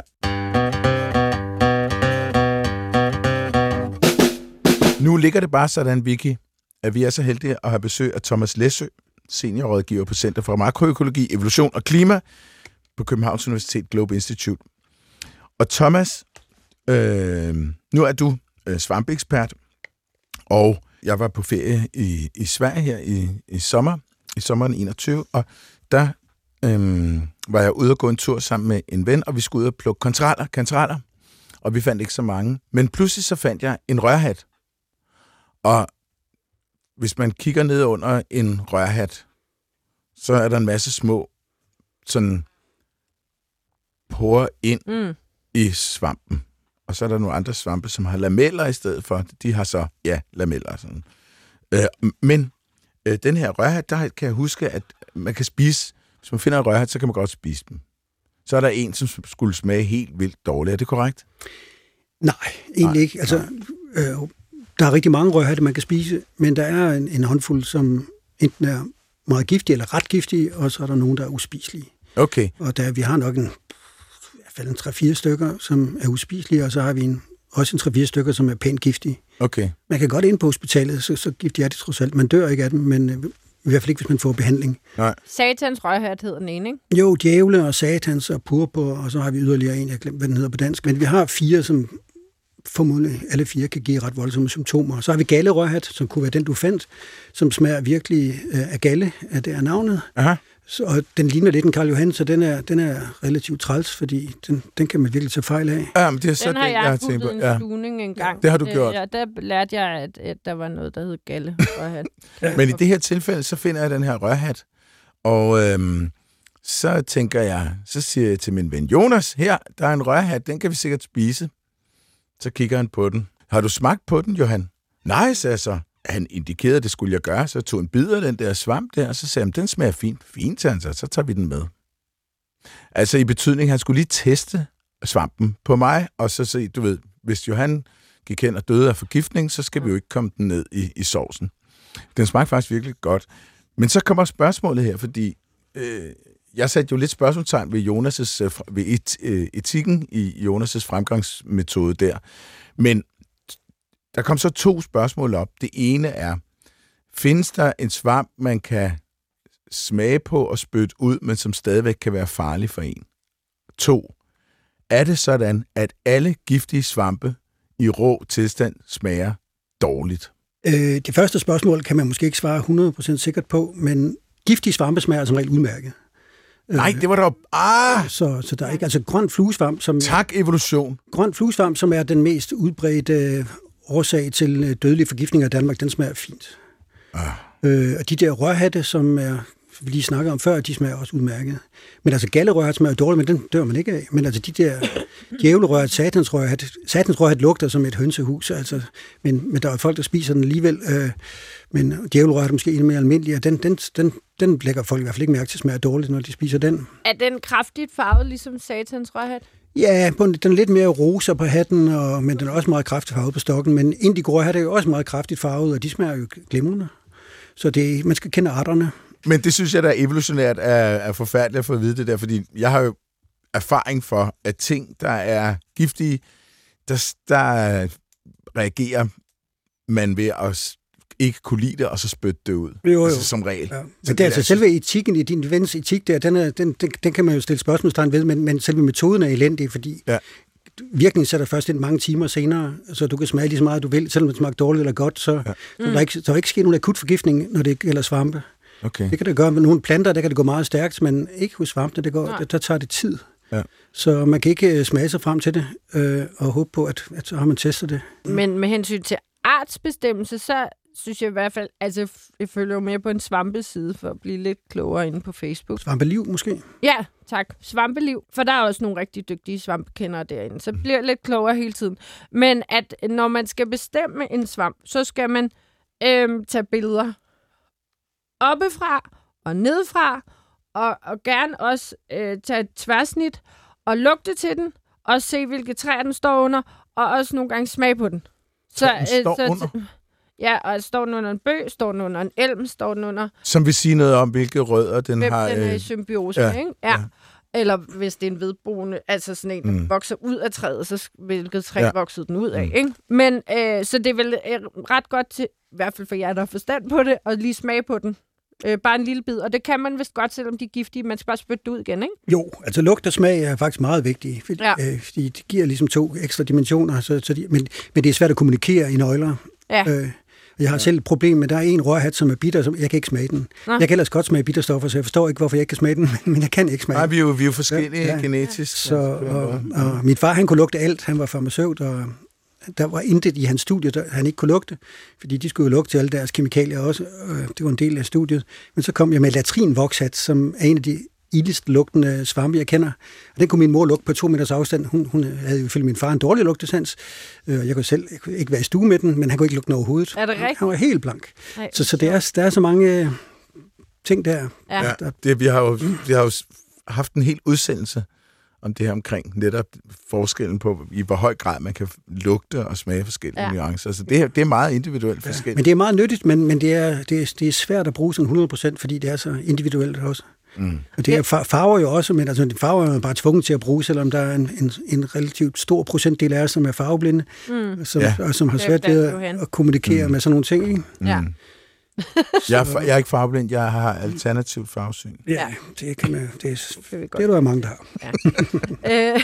Nu ligger det bare sådan, Vicky, at vi er så heldige at have besøg af Thomas Læssøe, seniorrådgiver på Center for Makroøkologi, Evolution og Klima på Københavns Universitet Globe Institute. Og Thomas, øh, nu er du øh, svampeekspert, og jeg var på ferie i, i Sverige her i, i sommer, i sommeren enogtyve, og der øh, var jeg ude og gå en tur sammen med en ven, og vi skulle ud og plukke kantraler, kantraler, og vi fandt ikke så mange. Men pludselig så fandt jeg en rørhat. Og hvis man kigger ned under en rørhat, så er der en masse små sådan porer ind mm. i svampen. Og så er der nogle andre svampe, som har lameller i stedet for. De har så, ja, lameller. Sådan. Øh, men øh, den her rørhat, der kan jeg huske, at man kan spise, hvis man finder en rørhat, så kan man godt spise dem. Så er der en, som skulle smage helt vildt dårligt. Er det korrekt? Nej, egentlig Nej. ikke. Altså, øh, der er rigtig mange rørhatte, man kan spise, men der er en, en håndfuld, som enten er meget giftige eller ret giftige, og så er der nogen, der er uspiselige. Okay. Og der, vi har nok en en tre-fire stykker, som er uspiselige, og så har vi en, også en tre-fire stykker, som er pænt giftige. Okay. Man kan godt ind på hospitalet, så, så giftige er det trods alt. Man dør ikke af dem, men øh, i hvert fald ikke, hvis man får behandling. Nej. Satans rørhat hedder den ene, ikke? Jo, djævle og satans og purpur, og så har vi yderligere en, jeg glemte, hvad den hedder på dansk. Men vi har fire, som formodentlig alle fire kan give ret voldsomme symptomer. Så har vi gallerørhat, som kunne være den, du fandt, som smager virkelig øh, af galle, af det er navnet. Aha. Så, og den ligner lidt en Karl Johan, så den er, den er relativt træls, fordi den, den kan man virkelig tage fejl af. Ja, men det er så den har det, jeg, jeg puttet en ja. stugning en gang. Det har du gjort. Ja, der lærte jeg, at, at der var noget, der hed galle. ja. Men i det her tilfælde, så finder jeg den her rørhat, og øhm, så tænker jeg, så siger jeg til min ven Jonas, her, der er en rørhat, den kan vi sikkert spise. Så kigger han på den. Har du smagt på den, Johan? Nej, sagde jeg så. Han indikerede, at det skulle jeg gøre, så jeg tog en bid af den der svamp der, og så sagde han, den smager fint. Fint, sagde han så, så tager vi den med. Altså i betydning, han skulle lige teste svampen på mig, og så se, du ved, hvis Johan gik hen og døde af forgiftning, så skal vi jo ikke komme den ned i, i sovsen. Den smagte faktisk virkelig godt. Men så kommer spørgsmålet her, fordi øh, jeg satte jo lidt spørgsmålstegn ved, Jonas' ved et, øh, etikken i Jonas' fremgangsmetode der. Men der kom så to spørgsmål op. Det ene er, findes der en svamp, man kan smage på og spytte ud, men som stadigvæk kan være farlig for en? To, er det sådan, at alle giftige svampe i rå tilstand smager dårligt? Øh, det første spørgsmål kan man måske ikke svare hundrede procent sikkert på, men giftige svampe smager som regel udmærket. Nej, det var der ah! Så, så der er ikke, altså grøn fluesvamp, som tak, evolution. Grøn fluesvamp, som er den mest udbredte årsag til dødelig forgiftning af Danmark, den smager fint. Ah. Øh, og de der rørhatte, som er, vi lige snakkede om før, de smager også udmærket. Men altså gallerørhat smager dårligt, men den dør man ikke af. Men altså de der djævlerørhat, satansrørhat, satansrørhat lugter som et hønsehus, altså, men, men der er folk, der spiser den alligevel. Øh, men djævlerørhat er måske en mere almindelig, og den, den, den, den lægger folk i hvert fald ikke mærke til, smager dårligt, når de spiser den. Er den kraftigt farvet, ligesom satansrørhat? Ja, den er lidt mere rosa på hatten, og, men den er også meget kraftigt farvet på stokken. Men indigo-rørhat er jo også meget kraftigt farvet, og de smager jo glimrende. Så det, man skal kende arterne. Men det synes jeg, der er evolutionært er, er forfærdeligt at få at vide det der, fordi jeg har jo erfaring for, at ting, der er giftige, der, der reagerer man ved at ikke kunne lide det, og så spytte det ud. Jo, jo. Altså, som regel. Ja. Men det er altså selve etikken i din vens etik der, den, er, den, den, den kan man jo stille spørgsmålstegn ved, men, men selve metoden er elendig, fordi ja. virkningen sætter først ind mange timer senere, så du kan smage lige så meget, du vil, selvom det smager dårligt eller godt, så, ja. så mm. der, er ikke, der er ikke sket nogen akut forgiftning, når det gælder svampe. Okay. Det kan det gøre med nogle planter, der kan det gå meget stærkt, men ikke hos svampe, det går, der, der tager det tid. Ja. Så man kan ikke smage sig frem til det, øh, og håbe på, at, at så har man testet det. Men med hensyn til artsbestemmelse, så synes jeg i hvert fald, altså jeg følger jo mere på en svampeside for at blive lidt klogere inde på Facebook. Svampeliv måske? Ja, tak. Svampeliv. For der er også nogle rigtig dygtige svampekendere derinde, så bliver jeg lidt klogere hele tiden. Men at når man skal bestemme en svamp, så skal man øhm, tage billeder oppefra og nedefra, og, og gerne også øh, tage et tværsnit og lugte til den, og se, hvilke træer den står under, og også nogle gange smage på den. Så, den står så, under? Ja, og står den under en bøg, står den under en elm, står den under... Som vil sige noget om, hvilke rødder den hvem har... den er i øh, symbiose, ja, ikke? Ja. ja. Eller hvis det er en vedboende, altså sådan en, der mm. vokser ud af træet, så hvilket træ ja. voksede den ud af, mm. ikke? Men øh, så det er vel øh, ret godt til, i hvert fald for jer, der har forstand på det, at lige smage på den. Øh, bare en lille bid, og det kan man vist godt, selvom de er giftige. Man skal bare spytte det ud igen, ikke? Jo, altså lugt og smag er faktisk meget vigtige, fordi, ja. øh, fordi det giver ligesom to ekstra dimensioner, så, så de, men, men det er svært at kommunikere i nøgler. Ja. Øh, jeg har selv et problem med, der er en rørhat, som er bitter, som jeg kan ikke smage den. Nå. Jeg kan ellers godt smage bitterstoffer, så jeg forstår ikke, hvorfor jeg ikke kan smage den, men jeg kan ikke smage den. Nej, vi er jo, vi er jo forskellige ja, ja. genetisk. Så, og, og min far, han kunne lugte alt. Han var farmaceut, og der var intet i hans studie, der han ikke kunne lugte, fordi de skulle jo lugte til alle deres kemikalier også. Det var en del af studiet. Men så kom jeg med latrinvokshat, som er en af de ildest lugtende svampe, jeg kender. Og den kunne min mor lugte på to meters afstand. Hun, hun havde jo ifølge min far en dårlig lugtesans. Jeg kunne selv jeg kunne ikke være i stue med den, men han kunne ikke lugte den overhovedet. Er det rigtigt? Han var helt blank. Nej, så så det er, der er så mange ting der. Ja. Ja, det, vi, har jo, vi har jo haft en hel udsendelse om det her omkring netop forskellen på, i hvor høj grad man kan lugte og smage forskellige ja. nuancer. Så det, det er meget individuelt ja. forskelligt. Men det er meget nyttigt, men, men det, er, det, er, det er svært at bruge sådan hundrede procent, fordi det er så individuelt også. Mm. Og det er farver jo også, men altså, farver er man bare tvunget til at bruge, selvom der er en, en, en relativt stor procentdel af os, som er farveblinde, mm. som, ja. og som har svært ved at, at kommunikere mm. med sådan nogle ting. Ikke? Ja. Mm. jeg, er, jeg er ikke farveblind, jeg har alternativt farvesyn. Ja, det kan man, det er, det er der mange, der har. Ja.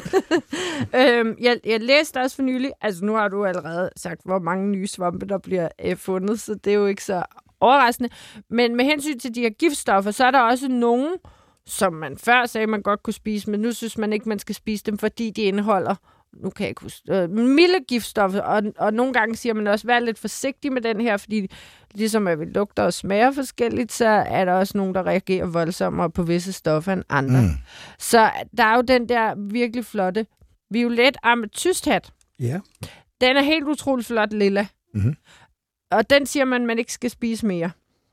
øh, jeg, jeg læste også for nylig, altså nu har du allerede sagt, hvor mange nye svampe, der bliver øh, fundet, så det er jo ikke så overraskende. Men med hensyn til de her giftstoffer, så er der også nogen, som man før sagde, man godt kunne spise, men nu synes man ikke, man skal spise dem, fordi de indeholder, nu kan jeg ikke huske, øh, milde giftstoffer, og, og nogle gange siger man også, vær lidt forsigtig med den her, fordi ligesom at vi lugter og smager forskelligt, så er der også nogen, der reagerer voldsommere på visse stoffer end andre. Mm. Så der er jo den der virkelig flotte violet ametysthat. Ja. Den er helt utroligt flot lilla. Mm-hmm. Og den siger man, man ikke skal spise mere.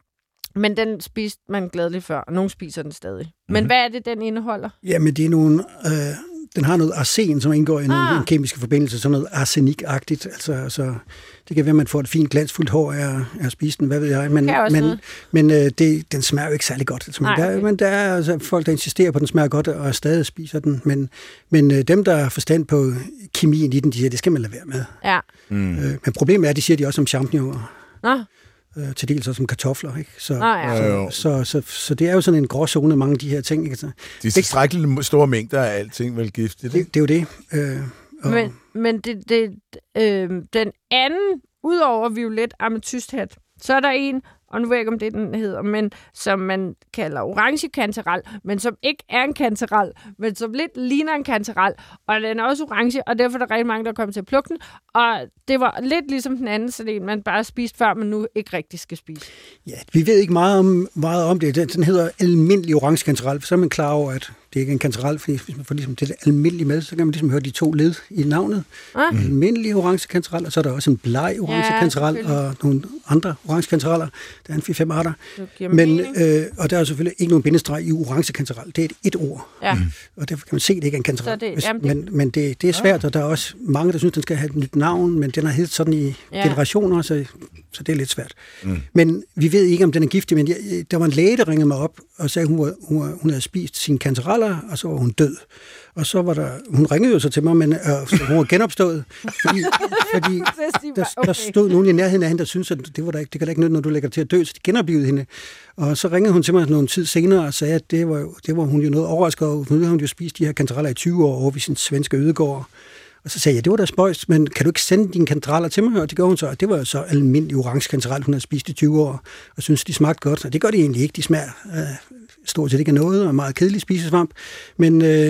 Men den spiste man gladeligt før, og nogen spiser den stadig. Mm-hmm. Men hvad er det, den indeholder? Jamen, det er nogle... Øh, den har noget arsen, som indgår i nogle ah. kemiske forbindelser, sådan noget arsenikagtigt. Altså, altså, det kan være, at man får et fint glansfuldt hår af at spise den, hvad ved jeg. Men, men, men øh, det, den smager jo ikke særlig godt. Altså, men, Nej, okay. der, men der er altså, folk, der insisterer på, at den smager godt, og stadig spiser den. Men, men øh, dem, der har forstand på kemien i den, de siger, det skal man lade være med. Ja. Mm. Øh, men problemet er, at de siger de også om champignoner. Nå. Øh, til dels også som kartofler, ikke? Så, Nå, ja. så, så, så, så det er jo sådan en gråzone, mange af de her ting, ikke? Så, de er tilstrækkeligt store mængder af alting vel giftigt. Det, det er jo det. Øh, og... Men, men det, det, øh, den anden, udover violet ametysthat, så er der en, og nu ved jeg ikke, om det den hedder, men som man kalder orange kantarel, men som ikke er en kantarel, men som lidt ligner en kantarel, og den er også orange, og derfor er der rigtig mange, der kommer til at plukke den, og det var lidt ligesom den anden, så det man bare spiste før, men nu ikke rigtig skal spise. Ja, vi ved ikke meget om, meget om det. Den, den hedder almindelig orange kantarel, så er man klar over, at det ikke er en kantarel, fordi hvis man får ligesom det almindelige med, så kan man ligesom høre de to led i navnet. Ah. Almindelig orange kantarel, og så er der også en bleg orange ja, kantarel, og nogle andre orange kantaraler. Der er en fire-fem arter. Men, øh, og der er selvfølgelig ikke nogen bindestreg i orange kantarel. Det er et, et ord. Ja. Mm. Og derfor kan man se, at det ikke er en kantarel. Det, Hvis, jamen, men men det, det er svært, og der er også mange, der synes, den skal have et nyt navn, men den har heddet sådan i ja. generationer, så, så det er lidt svært. Mm. Men vi ved ikke, om den er giftig, men jeg, der var en læge, der ringede mig op og sagde, at hun, var, hun, var, hun havde spist sine kantareller, og så var hun død. Og så var der, hun ringede jo så til mig, men øh, hun var genopstået, fordi, fordi der, der stod nogen i nærheden af hende, der syntes, at det, var der ikke, det kan da ikke nytte, når du lægger til at dø, så de genoplevede hende. Og så ringede hun til mig nogle tid senere og sagde, at det var, jo, det var hun jo noget overrasket over. Nu har hun jo spist de her kantareller i tyve år over ved sin svenske ødegård. Og så sagde jeg, det var da spøjst, men kan du ikke sende dine kantareller til mig? Og det gjorde hun så, og det var jo så almindelig orange kantarel, hun havde spist i tyve år, og synes de smagte godt. Og det gør de egentlig ikke, de smager øh, stort set ikke af noget, og meget kedelig spisesvamp. Men øh,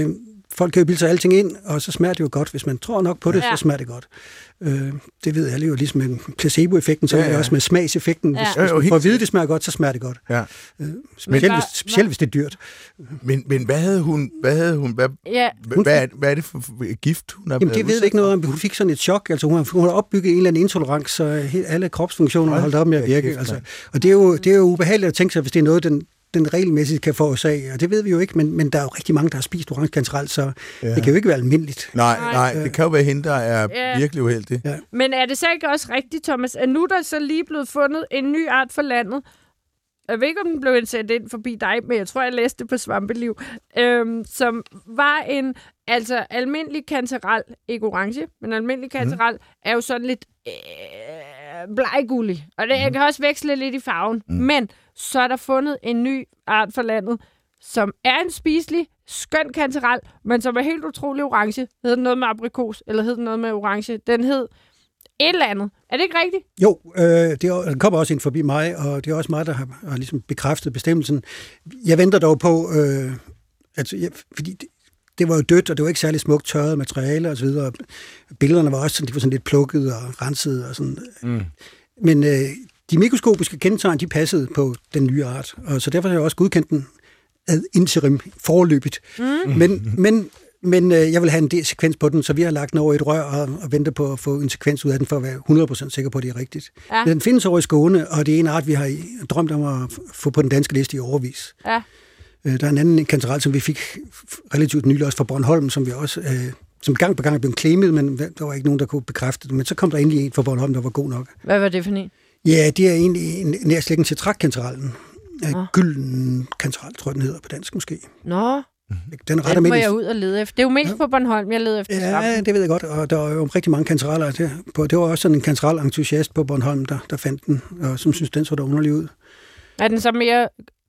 folk kan jo bilde sig alting ind, og så smager det jo godt. Hvis man tror nok på det, ja. så smager det godt. Øh, det ved alle jo, ligesom med placebo-effekten, så ja, ja. er det også med smagseffekten. Ja. Hvis, hvis man får at vide, det smager godt, så smager det godt. Ja. Øh, specielt, hvis, specielt hvis det er dyrt. Men, men hvad havde hun... Hvad, havde hun, hvad, ja. hvad, hvad, er, hvad er det for gift, hun har Jamen, det ved jeg ikke noget om. Hun fik sådan et chok. Altså, hun har, hun har opbygget en eller anden intolerans, så alle kropsfunktioner har holdt op med at virke. Altså. Og det er, jo, det er jo ubehageligt at tænke sig, hvis det er noget, den den regelmæssigt kan forårsage, og det ved vi jo ikke, men, men der er jo rigtig mange, der har spist orange kantarel, så ja. det kan jo ikke være almindeligt. Nej, nej, det kan jo være hende, der er ja. virkelig uheldig. Ja. Men er det så ikke også rigtigt, Thomas, at nu der så lige blevet fundet en ny art for landet? Jeg ved ikke, om den blev sendt ind forbi dig, men jeg tror, jeg læste det på Svampeliv, øhm, som var en, altså almindelig kantarel, ikke orange, men almindelig kantarel mm. er jo sådan lidt øh, bleggullig, og det mm. kan også veksle lidt i farven, mm. men så er der fundet en ny art for landet, som er en spiselig, skøn kantarel, men som er helt utrolig orange. Hed den noget med aprikos, eller hed den noget med orange? Den hed et eller andet. Er det ikke rigtigt? Jo, øh, det er, den kommer også ind forbi mig, og det er også mig, der har, har ligesom bekræftet bestemmelsen. Jeg venter dog på, øh, altså, jeg, fordi det, det var jo dødt, og det var ikke særlig smukt tørret materiale og så videre. Billederne var også sådan, de var sådan lidt plukket og renset og sådan. Mm. Men øh, de mikroskopiske kendetegn, de passede på den nye art, og så derfor har jeg også godkendt den ad interim foreløbigt. Mm. Men, men, men øh, jeg vil have en del sekvens på den, så vi har lagt den over i et rør og, og venter på at få en sekvens ud af den, for at være hundrede procent sikker på, at det er rigtigt. Ja. Den findes over i Skåne, og det er en art, vi har drømt om at få på den danske liste i overvis. Ja. Øh, der er en anden kantarel, som vi fik relativt nylig også fra Bornholm, som vi også... Øh, som gang på gang er blevet claimet, men der var ikke nogen, der kunne bekræfte det. Men så kom der endelig en fra Bornholm, der var god nok. Hvad var det for en? Ja, det er egentlig en nærslægten til trækkantarellen. Gylden kantarel, tror jeg, den hedder på dansk måske. Nå, den, er ret den må jeg ud og lede efter. Det er jo mest ja. på Bornholm, jeg leder efter. Ja, det ved jeg godt, og der er jo rigtig mange kantareller til. Det var også sådan en kantarel-entusiast på Bornholm, der, der fandt den, og som synes, den så der underlig ud. Er den så mere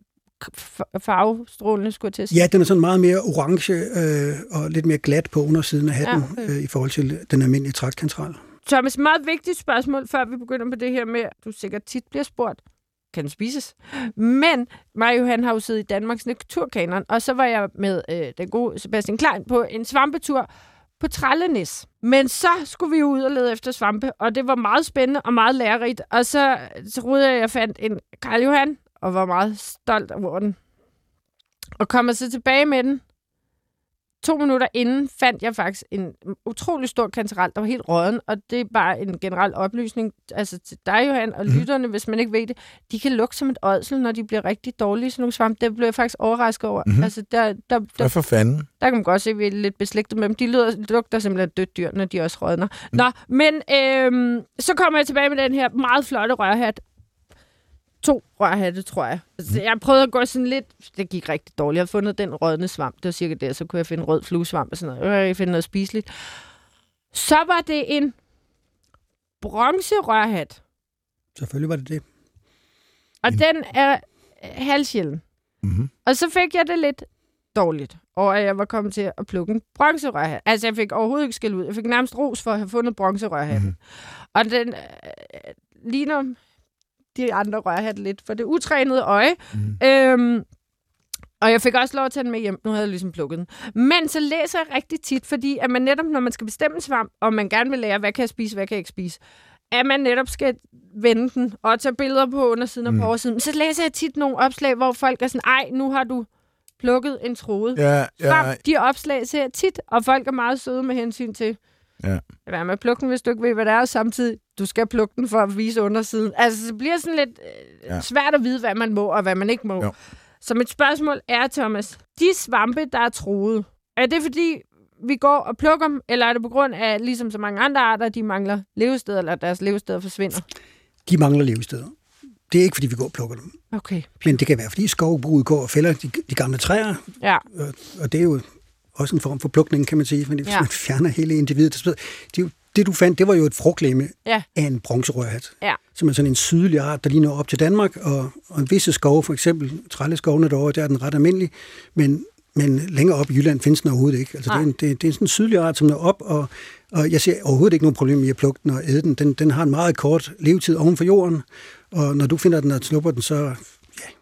farvestrålende, skulle jeg til at sige? Ja, den er sådan meget mere orange øh, og lidt mere glat på undersiden af hatten, ja, okay. øh, i forhold til den almindelige trækantarel. Thomas, meget vigtigt spørgsmål, før vi begynder på det her med, du sikkert tit bliver spurgt, kan den spises? Men mig og Johan har jo siddet i Danmarks Naturkanon, og så var jeg med øh, den gode Sebastian Klein på en svampetur på Trællenæs. Men så skulle vi jo ud og lede efter svampe, og det var meget spændende og meget lærerigt. Og så, så rodede jeg, jeg fandt en Karl Johan, og var meget stolt over den. Og kommer så tilbage med den. To minutter inden fandt jeg faktisk en utrolig stor kantarel, der var helt rådden, og det er bare en generel oplysning altså til dig, Johan, og lytterne, hvis man ikke ved det. De kan lugte som et ådsel, når de bliver rigtig dårlige, sådan nogle svampe. Det blev jeg faktisk overrasket over. Mm-hmm. Altså, der, der, der, Hvad for fanden? Der kan man godt se, at vi er lidt beslægtet med dem. De lyder, lugter simpelthen dødt dyr, når de også rådner. Mm. Nå, men øhm, så kommer jeg tilbage med den her meget flotte rørhat. To rørhatte, tror jeg. Altså, jeg prøvede at gå sådan lidt... Det gik rigtig dårligt. Jeg havde fundet den rådne svamp. Det var cirka der, så kunne jeg finde rød fluesvamp og sådan noget. Jeg kunne finde noget spiseligt. Så var det en bronzerørhat. Selvfølgelig var det det. Og mm. den er halvsjælden. Mm-hmm. Og så fik jeg det lidt dårligt, og jeg var kommet til at plukke en bronzerørhat. Altså, jeg fik overhovedet ikke skæld ud. Jeg fik nærmest ros for at have fundet bronzerørhatten. Mm-hmm. Og den øh, ligner... de andre rørhat lidt for det utrænede øje. Mm. Øhm, og jeg fik også lov at tage den med hjem. Nu havde jeg ligesom plukket den. Men så læser jeg rigtig tit, fordi at man netop, når man skal bestemme en svamp, og man gerne vil lære, hvad kan jeg spise, hvad kan jeg ikke spise, at man netop skal vende den og tage billeder på undersiden og mm. på oversiden. Så læser jeg tit nogle opslag, hvor folk er sådan, ej, nu har du plukket en trode. Ja, ja. Frem, de opslag ser jeg tit, og folk er meget søde med hensyn til, ja. Vær med at plukke den, hvis du ikke ved, hvad det er, og samtidig, du skal plukke den for at vise undersiden. Altså, det bliver sådan lidt øh, ja. svært at vide, hvad man må, og hvad man ikke må. Jo. Så mit spørgsmål er, Thomas, de svampe, der er truet, er det fordi, vi går og plukker dem, eller er det på grund af, ligesom så mange andre arter, de mangler levesteder, eller deres levesteder forsvinder? De mangler levesteder. Det er ikke, fordi vi går og plukker dem. Okay. Men det kan være, fordi skovbruget går og fælder de, de gamle træer, ja. og, og det er jo også en form for plukning, kan man sige, fordi hvis ja. man fjerner hele individet. Det, det, du fandt, det var jo et frugtlemme ja. af en bronzerørhat, ja. som er sådan en sydlig art, der lige når op til Danmark, og, og en visse skove, for eksempel trælleskovene derovre, der er den ret almindelig, men, men længere op i Jylland findes den overhovedet ikke. Altså, det, er en, det, det er sådan en sydlig art, som når op, og, og jeg ser overhovedet ikke nogen problem med at plukke den og æde den. den. Den har en meget kort levetid oven for jorden, og når du finder den og snupper den, så...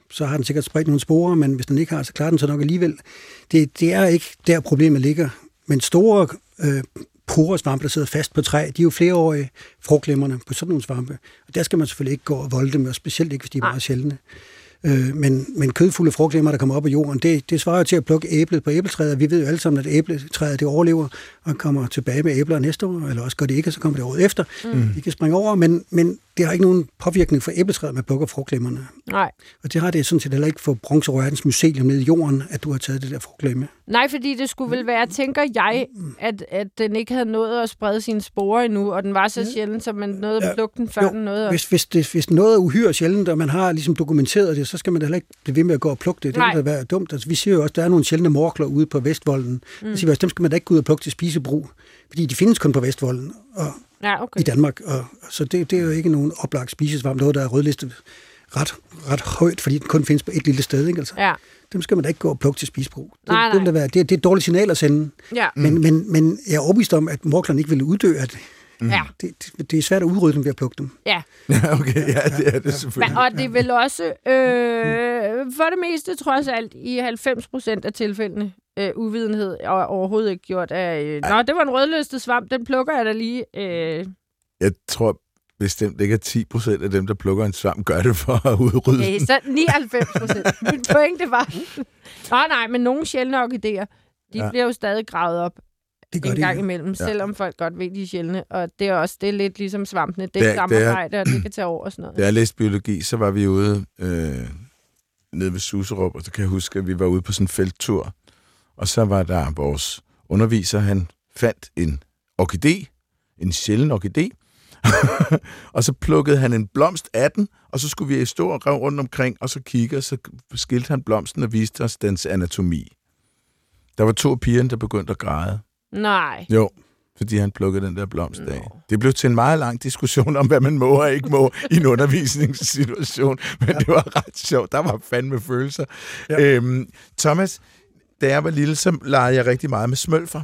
så har den sikkert spredt nogle sporer, men hvis den ikke har, så klarer den så nok alligevel. Det, det er ikke der, problemet ligger. Men store øh, poresvampe, der sidder fast på træ, de er jo flereårige frugtglemmerne på sådan nogle svampe. Og der skal man selvfølgelig ikke gå og volde dem, og specielt ikke, hvis de er meget sjældne. Øh, men, men kødfulde frugtglemmer, der kommer op af jorden, det, det svarer jo til at plukke æblet på æbletræet. Vi ved jo alle sammen, at æbletræet det overlever og kommer tilbage med æbler næste år, eller også gør det ikke, og så kommer det året efter. Mm. Vi kan springe over, men, men det har ikke nogen påvirkning for æbletræet, man plukker frugtglemmerne. Nej. Og det har det sådan set heller ikke for Bronzerørtens Museum nede i jorden, at du har taget det der frugtglemme. Nej, fordi det skulle vel være, tænker jeg, at, at den ikke havde nået at sprede sine sporer endnu, og den var så sjældent, så man nåede at plukke den, før jo, den nåede at... Hvis, hvis, det, hvis noget er uhyre sjældent, og man har ligesom dokumenteret det, så skal man da heller ikke blive ved med at gå og plukke det. Det vil da være dumt. Altså, vi siger jo også, at der er nogle sjældne morkler ude på Vestvolden. Mm. Så dem skal man da ikke gå ud og plukke til spisebrug, fordi de findes kun på Vestvolden og ja, okay. i Danmark. Og, så det, det er jo ikke nogen oplagt spisesvamp, noget, der er rødlistet ret, ret højt, fordi den kun findes på et lille sted. Ikke? Altså, ja. Dem skal man da ikke gå og plukke til spisebrug. Det, nej, nej. Det, være, det, det er et dårligt signal at sende. Ja. Men, mm. men, men jeg er overbevist om, at morklerne ikke ville uddø af det. Mm. Ja. Det, det, det er svært at udrydde dem ved at plukke dem. Ja. Ja, okay. Ja, det er det selvfølgelig. Men, og det vil også, øh, for det meste, trods alt, i halvfems procent af tilfældene, øh, uvidenhed og overhovedet ikke gjort af, øh, nå, det var en rødlistet svamp, den plukker jeg da lige. Øh. Jeg tror bestemt ikke, at ti procent af dem, der plukker en svamp, gør det for at udrydde okay, den. Så nioghalvfems procent. Min pointe var, nå nej, men nogle sjældne orkideer, de ja. bliver jo stadig gravet op. Det en gang imellem, ja. selvom folk godt ved, de er sjældne. Og det er også det er lidt ligesom svampene. Det er samarbejde, og det kan tage over og sådan noget. Da jeg læste biologi, så var vi ude øh, nede ved Suserup, og så kan jeg huske, at vi var ude på sådan en felttur. Og så var der vores underviser, han fandt en orkidé, en sjælden orkidé, og så plukkede han en blomst af den, og så skulle vi stå og røve rundt omkring, og så kigge, og så skilte han blomsten og viste os dens anatomi. Der var to piger, der begyndte at græde. Nej. Jo, fordi han plukkede den der blomst af. No. Det blev til en meget lang diskussion om, hvad man må og ikke må i en undervisningssituation, men ja. det var ret sjovt. Der var fandme følelser. Ja. Øhm, Thomas, da jeg var lille, så legede jeg rigtig meget med smølfer.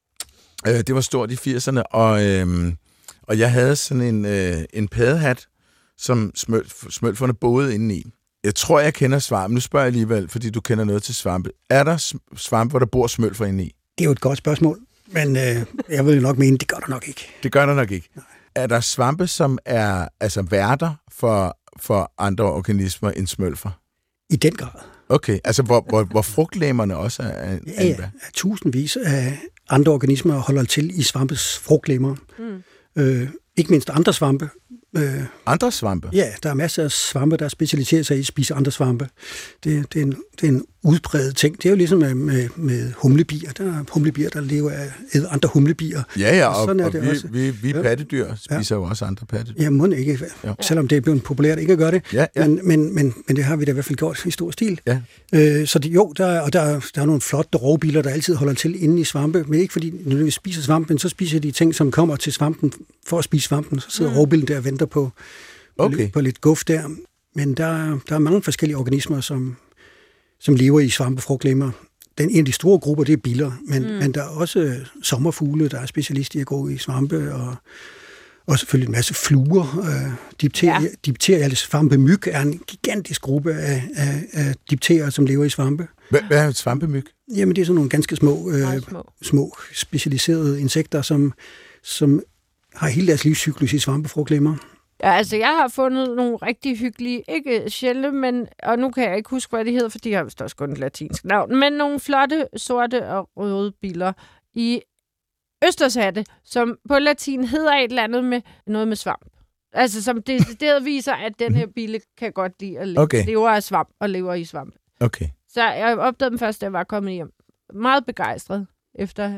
Øh, det var stort i firserne, og, øhm, og jeg havde sådan en, øh, en paddehat, som smølf, smølferne boede inde i. Jeg tror, jeg kender svampe. Nu spørger jeg alligevel, fordi du kender noget til svampe. Er der svampe, hvor der bor smølfer inde i? Det er jo et godt spørgsmål, men øh, jeg vil nok mene, det gør der nok ikke. Det gør der nok ikke. Nej. Er der svampe, som er altså værter for, for andre organismer end smølfer? I den grad. Okay, altså hvor, hvor, hvor frugtlæmmerne også er... Ja, ja, tusindvis af andre organismer holder til i svampes frugtlemmer. Mm. Øh, ikke mindst andre svampe. Øh, andre svampe? Ja, der er masser af svampe, der specialiserer sig i at spise andre svampe. Det, det, er, en, det er en udbredt ting. Det er jo ligesom med, med, med humlebier. Der er humlebier, der lever af andre humlebier. Ja, ja, og, og, og vi, vi, vi ja. pattedyr spiser ja. jo også andre pattedyr. Ja, må ikke, ja. selvom det er blevet populært ikke at gøre det. Ja, ja. Men, men, men, men det har vi da i hvert fald gjort i stor stil. Ja. Øh, så det, jo, der, og der, der er nogle flotte rovbiler, der altid holder til inde i svampe, men ikke fordi, når vi spiser svampen, så spiser de ting, som kommer til svampen for at spise svampen. Så sidder mm. rovbilen der og venter på, okay. på lidt guf der. Men der, der er mange forskellige organismer, som, som lever i svampefrugtlemmer. Den en af de store grupper, det er biller, men, mm. men der er også sommerfugle, der er specialister i at gå i svampe, og, og selvfølgelig en masse fluer. Øh, dipteria, ja. dipteria, eller svampemyg, er en gigantisk gruppe af, af, af dipterer, som lever i svampe. Hvad, hvad er et svampemyg? Jamen, det er sådan nogle ganske små, øh, små. små specialiserede insekter, som, som har hele deres livscyklus i svampefrugtlemmer. Ja, altså jeg har fundet nogle rigtig hyggelige, ikke sjældne, men, og nu kan jeg ikke huske, hvad de hedder, for de har vist også kun et latinsk navn, men nogle flotte, sorte og røde biller i Østershatte, som på latin hedder et eller andet med noget med svamp. Altså som decideret viser, at den her bille kan godt lide at leve, okay. lever af svamp og lever i svamp. Okay. Så jeg opdagede dem først, da jeg var kommet hjem. Meget begejstret efter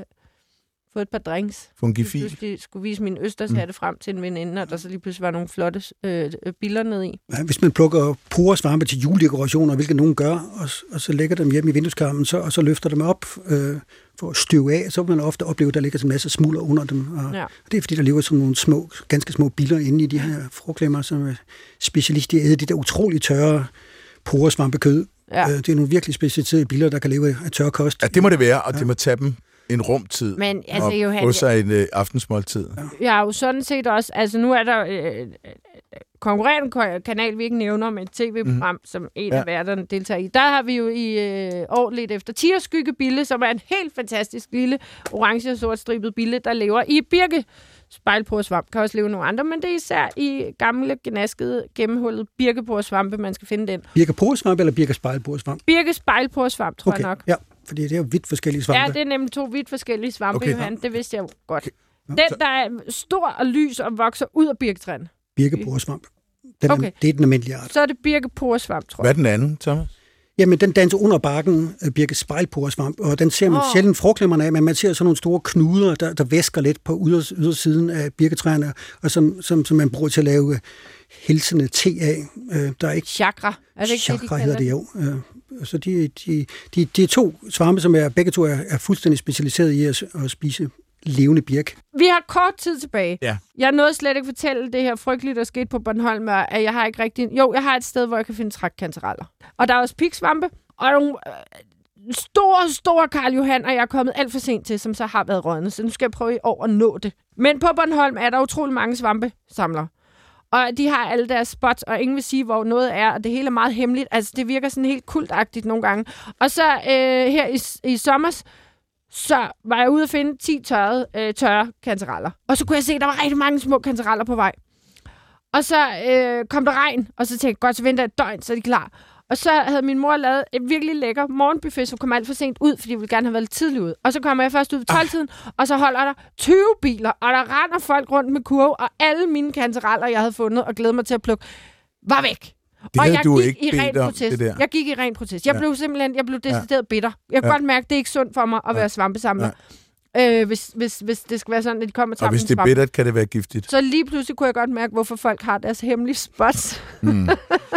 få et par drinks. Fungifil. Jeg skulle vise min Østershatte mm. frem til en veninde, og der så lige pludselig var nogle flotte øh, biller ned i. Ja, hvis man plukker pure svampe til juledekorationer, hvilket nogen gør, og, og så lægger dem hjem i vindueskarmen, så, og så løfter dem op øh, for at støve af, så vil man ofte opleve, at der ligger en masse smulder under dem. Og, ja. og det er fordi, der lever sådan nogle små, ganske små biller inde i de her frugtlemmer, som er specialister i at æde de der utrolig tørre pure svampekød. Ja. Øh, det er nogle virkelig specialiserede biller, der kan leve af tør kost. Ja, det må det være, og ja. det må tage dem en rumtid, men, altså, og Johan, få sig en øh, aftensmåltid. Ja. Jeg har jo sådan set også, altså nu er der, øh, konkurrerende kanal, vi ikke nævner, med et tv-program, mm. som en ja. af værterne deltager i. Der har vi jo i øh, år lidt efter Tigerskyggebille, som er en helt fantastisk lille orange og sort stribet bille, der lever i birke. Spejlporesvamp kan også leve nogle andre, men det er især i gamle, genaskede, gennemhullet birkeporesvampe, man skal finde den. Birkeporesvamp eller birkespejlporesvamp? Birkespejlporesvamp, tror okay. jeg nok. Ja, fordi det er jo vidt forskellige svampe. Ja, det er nemlig to vidt forskellige svampe, okay. Johan. Det vidste jeg jo godt. Okay. Ja, den, så... der er stor og lys og vokser ud af birketræerne. Birkeporesvamp. Den okay. er, det er den almindelige art. Så er det birkeporesvamp, tror jeg. Hvad er den anden, Thomas? Jamen, den danser under barken, birkespejlporesvamp, og den ser man oh. sjældent frugtklemmerne af, men man ser sådan nogle store knuder, der, der væsker lidt på yders, ydersiden af birketræerne, og som, som, som man bruger til at lave helsende te af. Der er ikke... Chakra. Er det ikke Chakra det, de hedder det jo. Så de, de, de, de er to svampe, som er, begge to er, er fuldstændig specialiseret i at, at spise levende birk. Vi har kort tid tilbage. Ja. Jeg nåede slet ikke fortælle det her frygtelige, der skete på Bornholm, at jeg har ikke rigtig... Jo, jeg har et sted, hvor jeg kan finde trækkantereller. Og der er også piksvampe, og nogle øh, store, store Karl Johan, og jeg er kommet alt for sent til, som så har været rådne. Så nu skal jeg prøve i år at nå det. Men på Bornholm er der utrolig mange svampesamlere. Og de har alle deres spots, og ingen vil sige, hvor noget er, og det hele er meget hemmeligt. Altså, det virker sådan helt kultagtigt nogle gange. Og så øh, her i, i sommers, så var jeg ude at finde ti tørrede, øh, tørre kantereller. Og så kunne jeg se, at der var rigtig mange små kantereller på vej. Og så øh, kom der regn, og så tænkte jeg, godt, så venter jeg et døgn, så er de klar. Og så havde min mor lavet et virkelig lækker morgenbuffet, som kom alt for sent ud, fordi jeg ville gerne have været lidt tidligt ud. Og så kommer jeg først ud ved tolv-tiden, og så holder der tyve biler, og der render folk rundt med kurve, og alle mine kantereller, jeg havde fundet og glædet mig til at plukke, var væk. Det og jeg du gik ikke i ren om, protest. Det der. Jeg gik i ren protest. Jeg ja. blev simpelthen, jeg blev decideret ja. bitter. Jeg kunne ja. godt mærke, at det er ikke sundt for mig at ja. være svampesamler. Ja. Øh, hvis, hvis, hvis det skal være sådan, at de kommer sammen. Og hvis det er bittert, kan det være giftigt. Så lige pludselig kunne jeg godt mærke, hvorfor folk har deres hemmelige spots. Mm.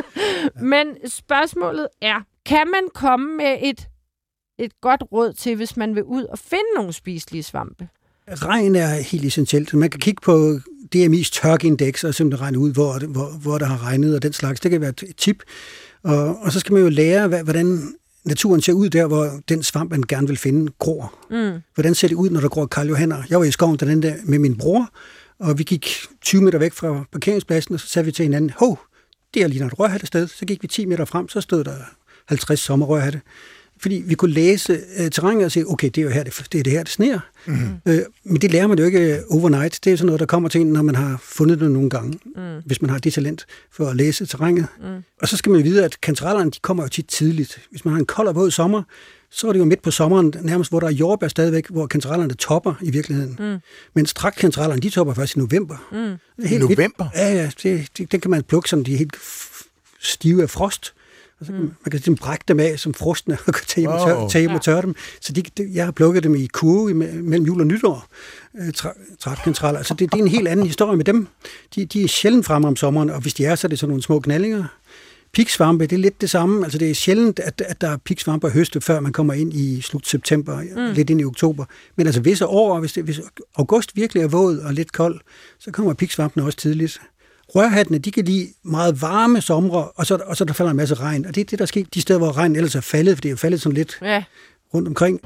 Men spørgsmålet er, kan man komme med et, et godt råd til, hvis man vil ud og finde nogle spiselige svampe? Regn er helt essentielt. Man kan kigge på D M I's tørkeindeks og simpelthen regne ud, hvor, hvor, hvor der har regnet og den slags. Det kan være et tip. Og, og så skal man jo lære, hvordan naturen ser ud der, hvor den svamp, man gerne vil finde, gror. Mm. Hvordan ser det ud, når der gror Karl Johanner? Jeg var i skoven den der med min bror, og vi gik tyve meter væk fra parkeringspladsen, og så sagde vi til hinanden, hov, det er lige et rørhattested. Så gik vi ti meter frem, så stod der halvtreds sommerrørhatte. Fordi vi kunne læse øh, terrænet og sige, okay, det er jo her, det, det er det her, det sneer. Mm. Øh, men det lærer man jo ikke overnight. Det er sådan noget, der kommer til en, når man har fundet det nogle gange. Mm. Hvis man har det talent for at læse terrænet. Mm. Og så skal man vide, at kantarellerne, de kommer jo tit tidligt. Hvis man har en kold og våd sommer, så er det jo midt på sommeren, nærmest hvor der er jordbær stadigvæk, hvor kantarellerne topper i virkeligheden. Mm. Men strakkantarellerne, de topper først i november. Mm. I november? Vidt. Ja, ja. Det, det, den kan man plukke, som de er helt stive af frost. Og så kan, mm. man kan simpelthen brække dem af som frostende og tage hjem, wow. og, tør, tage hjem ja. og tørre dem. Så de, de, jeg har plukket dem i kurve mellem jul og nytår. Trætkantareller. Altså det, det er en helt anden historie med dem. De, de er sjældent fremme om sommeren, og hvis de er, så er det sådan nogle små knallinger. Piksvampe, det er lidt det samme. Altså det er sjældent, at, at der er piksvampe og høste, før man kommer ind i slut september, mm. lidt ind i oktober. Men altså visse år, hvis, det, hvis august virkelig er våd og lidt kold, så kommer piksvampene også tidligt. Rørhattene, de kan lide meget varme somre, og så, og så der falder en masse regn. Og det er det, der sker de steder, hvor regnen ellers er faldet, for det er jo faldet sådan lidt ja. rundt omkring.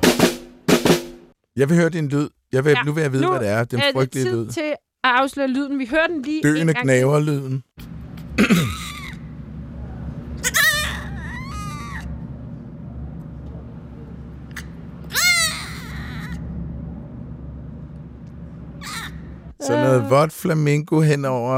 Jeg vil høre din lyd. Jeg vil, ja. Nu vil jeg vide, nu hvad det er. Den er frygtelige lyd. Nu er det tid til at afsløre lyden. Vi hører den lige Døende gnaver-lyden. Så noget vådt flamingo henover...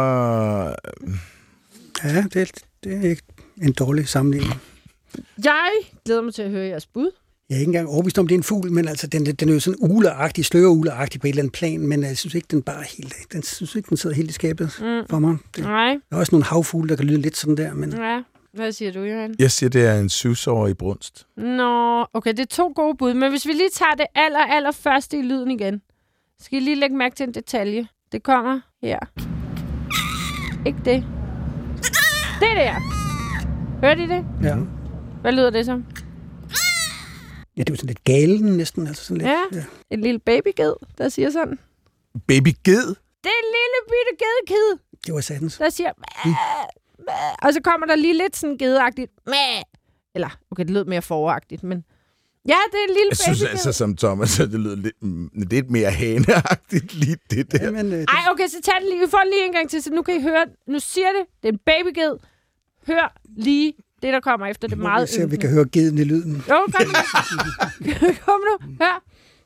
Ja, det, det er ikke en dårlig sammenligning. Jeg glæder mig til at høre jeres bud. Jeg er ikke engang overbevist om, det er en fugl, men altså, den, den er jo sådan uleagtig, sløreugleagtig på et eller andet plan, men jeg synes ikke, den bare helt... Den synes ikke, den sidder helt i skabet mm. for mig. Det, Nej. Der er også nogle havfugle, der kan lyde lidt sådan der, men... Ja. Hvad siger du, Johan? Jeg siger, det er en syvsår i brunst. Nå, okay, det er to gode bud, men hvis vi lige tager det aller, aller første i lyden igen, skal I lige lægge mærke til en detalje. Det kommer her. Ikke det. Det der. Hørte I det? Ja. Hvad lyder det som? Ja, det er jo sådan lidt galen næsten. Altså sådan lidt, ja. ja, en lille babyged, der siger sådan. Babyged? Det er en lille bitte gedekid. Det var satans. Der siger... Mæh, mæh. Og så kommer der lige lidt sådan gedeagtigt. Mæh. Eller, okay, det lød mere foragtigt, men... Ja, det er en lille Jeg synes babyged. altså, som Thomas, at det lyder lidt, lidt mere haneagtigt lige det der. Jamen, øh, det, Ej, okay, så tag den lige. Vi får den lige en gang til, så nu kan I høre. Nu siger det. Det er en babyged. Hør lige det, der kommer efter. Det er meget se, om vi kan høre geden i lyden. Jo, kom nu. Kom nu. Hør.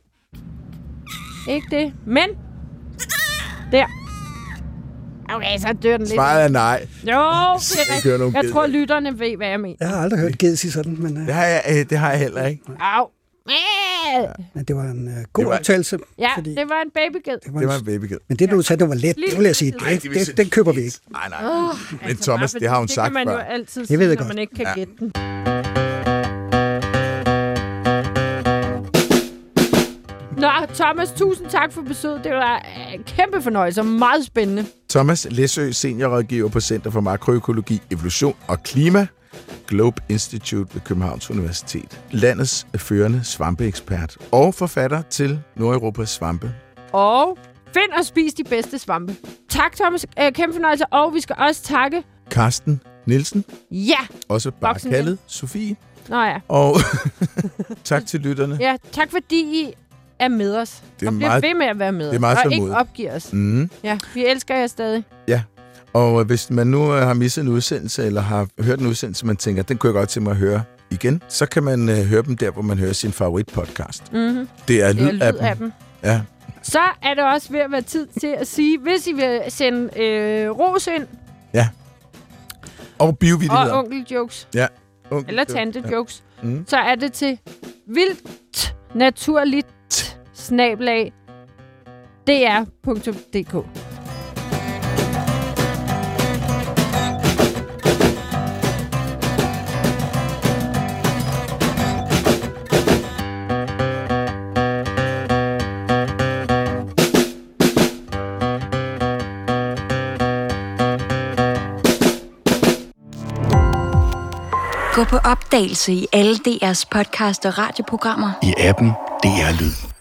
Ikke det. Men. Der. Okay, så dør den lidt. Svaret er nej. Jo, det er rigtigt. Jeg ged. tror, lytterne ved, hvad jeg mener. Jeg har aldrig hørt ged sige sådan, men, øh, Det har jeg, øh, det har jeg heller ikke. Au. men det var en øh, god Det var- optagelse. Ja, fordi det var en babyged. det var, Det var en, en babyged. men det, du sagde, det var let, det vil jeg sige. Nej, Det, det vil det, den køber vi ikke. Nej, nej. Oh, Men Thomas, det har hun det sagt kan man jo før. altid Jeg sige, ved det når godt. man ikke kan Ja. gætte den. Nå, Thomas, tusind tak for besøget. Det var en kæmpe fornøjelse og meget spændende. Thomas Læsø, seniorrådgiver på Center for Makroøkologi, Evolution og Klima, Globe Institute ved Københavns Universitet. Landets førende svampeekspert og forfatter til Nordeuropas svampe. Og find og spis de bedste svampe. Tak, Thomas. Øh, kæmpe fornøjelse. Og vi skal også takke... Karsten Nielsen, Ja! også bare Voksen kaldet Sofie. Nå ja. Og tak til lytterne. Ja, tak fordi I er med os. Det er og bliver meget- ved med at være med det er os. meget og tålmodigt. ikke opgiver os. Mm. Ja, vi elsker jer stadig. Ja, og hvis man nu øh, har misset en udsendelse, eller har hørt en udsendelse, man tænker, den kunne jeg godt tænke mig at høre igen, så kan man øh, høre dem der, hvor man hører sin favoritpodcast. Mm-hmm. Det er Det er lydappen. lydappen. Ja. Så er det også ved at være tid til at sige, hvis I vil sende øh, ros ind, Og biovidigheder. og onkeljokes, Ja. Onkel, eller tante-jokes, Ja. Mm. så er det til vildt naturligt snablag d r punktum d k. Gå på opdagelse i alle D R's podcast og radioprogrammer. I appen D R Lyd.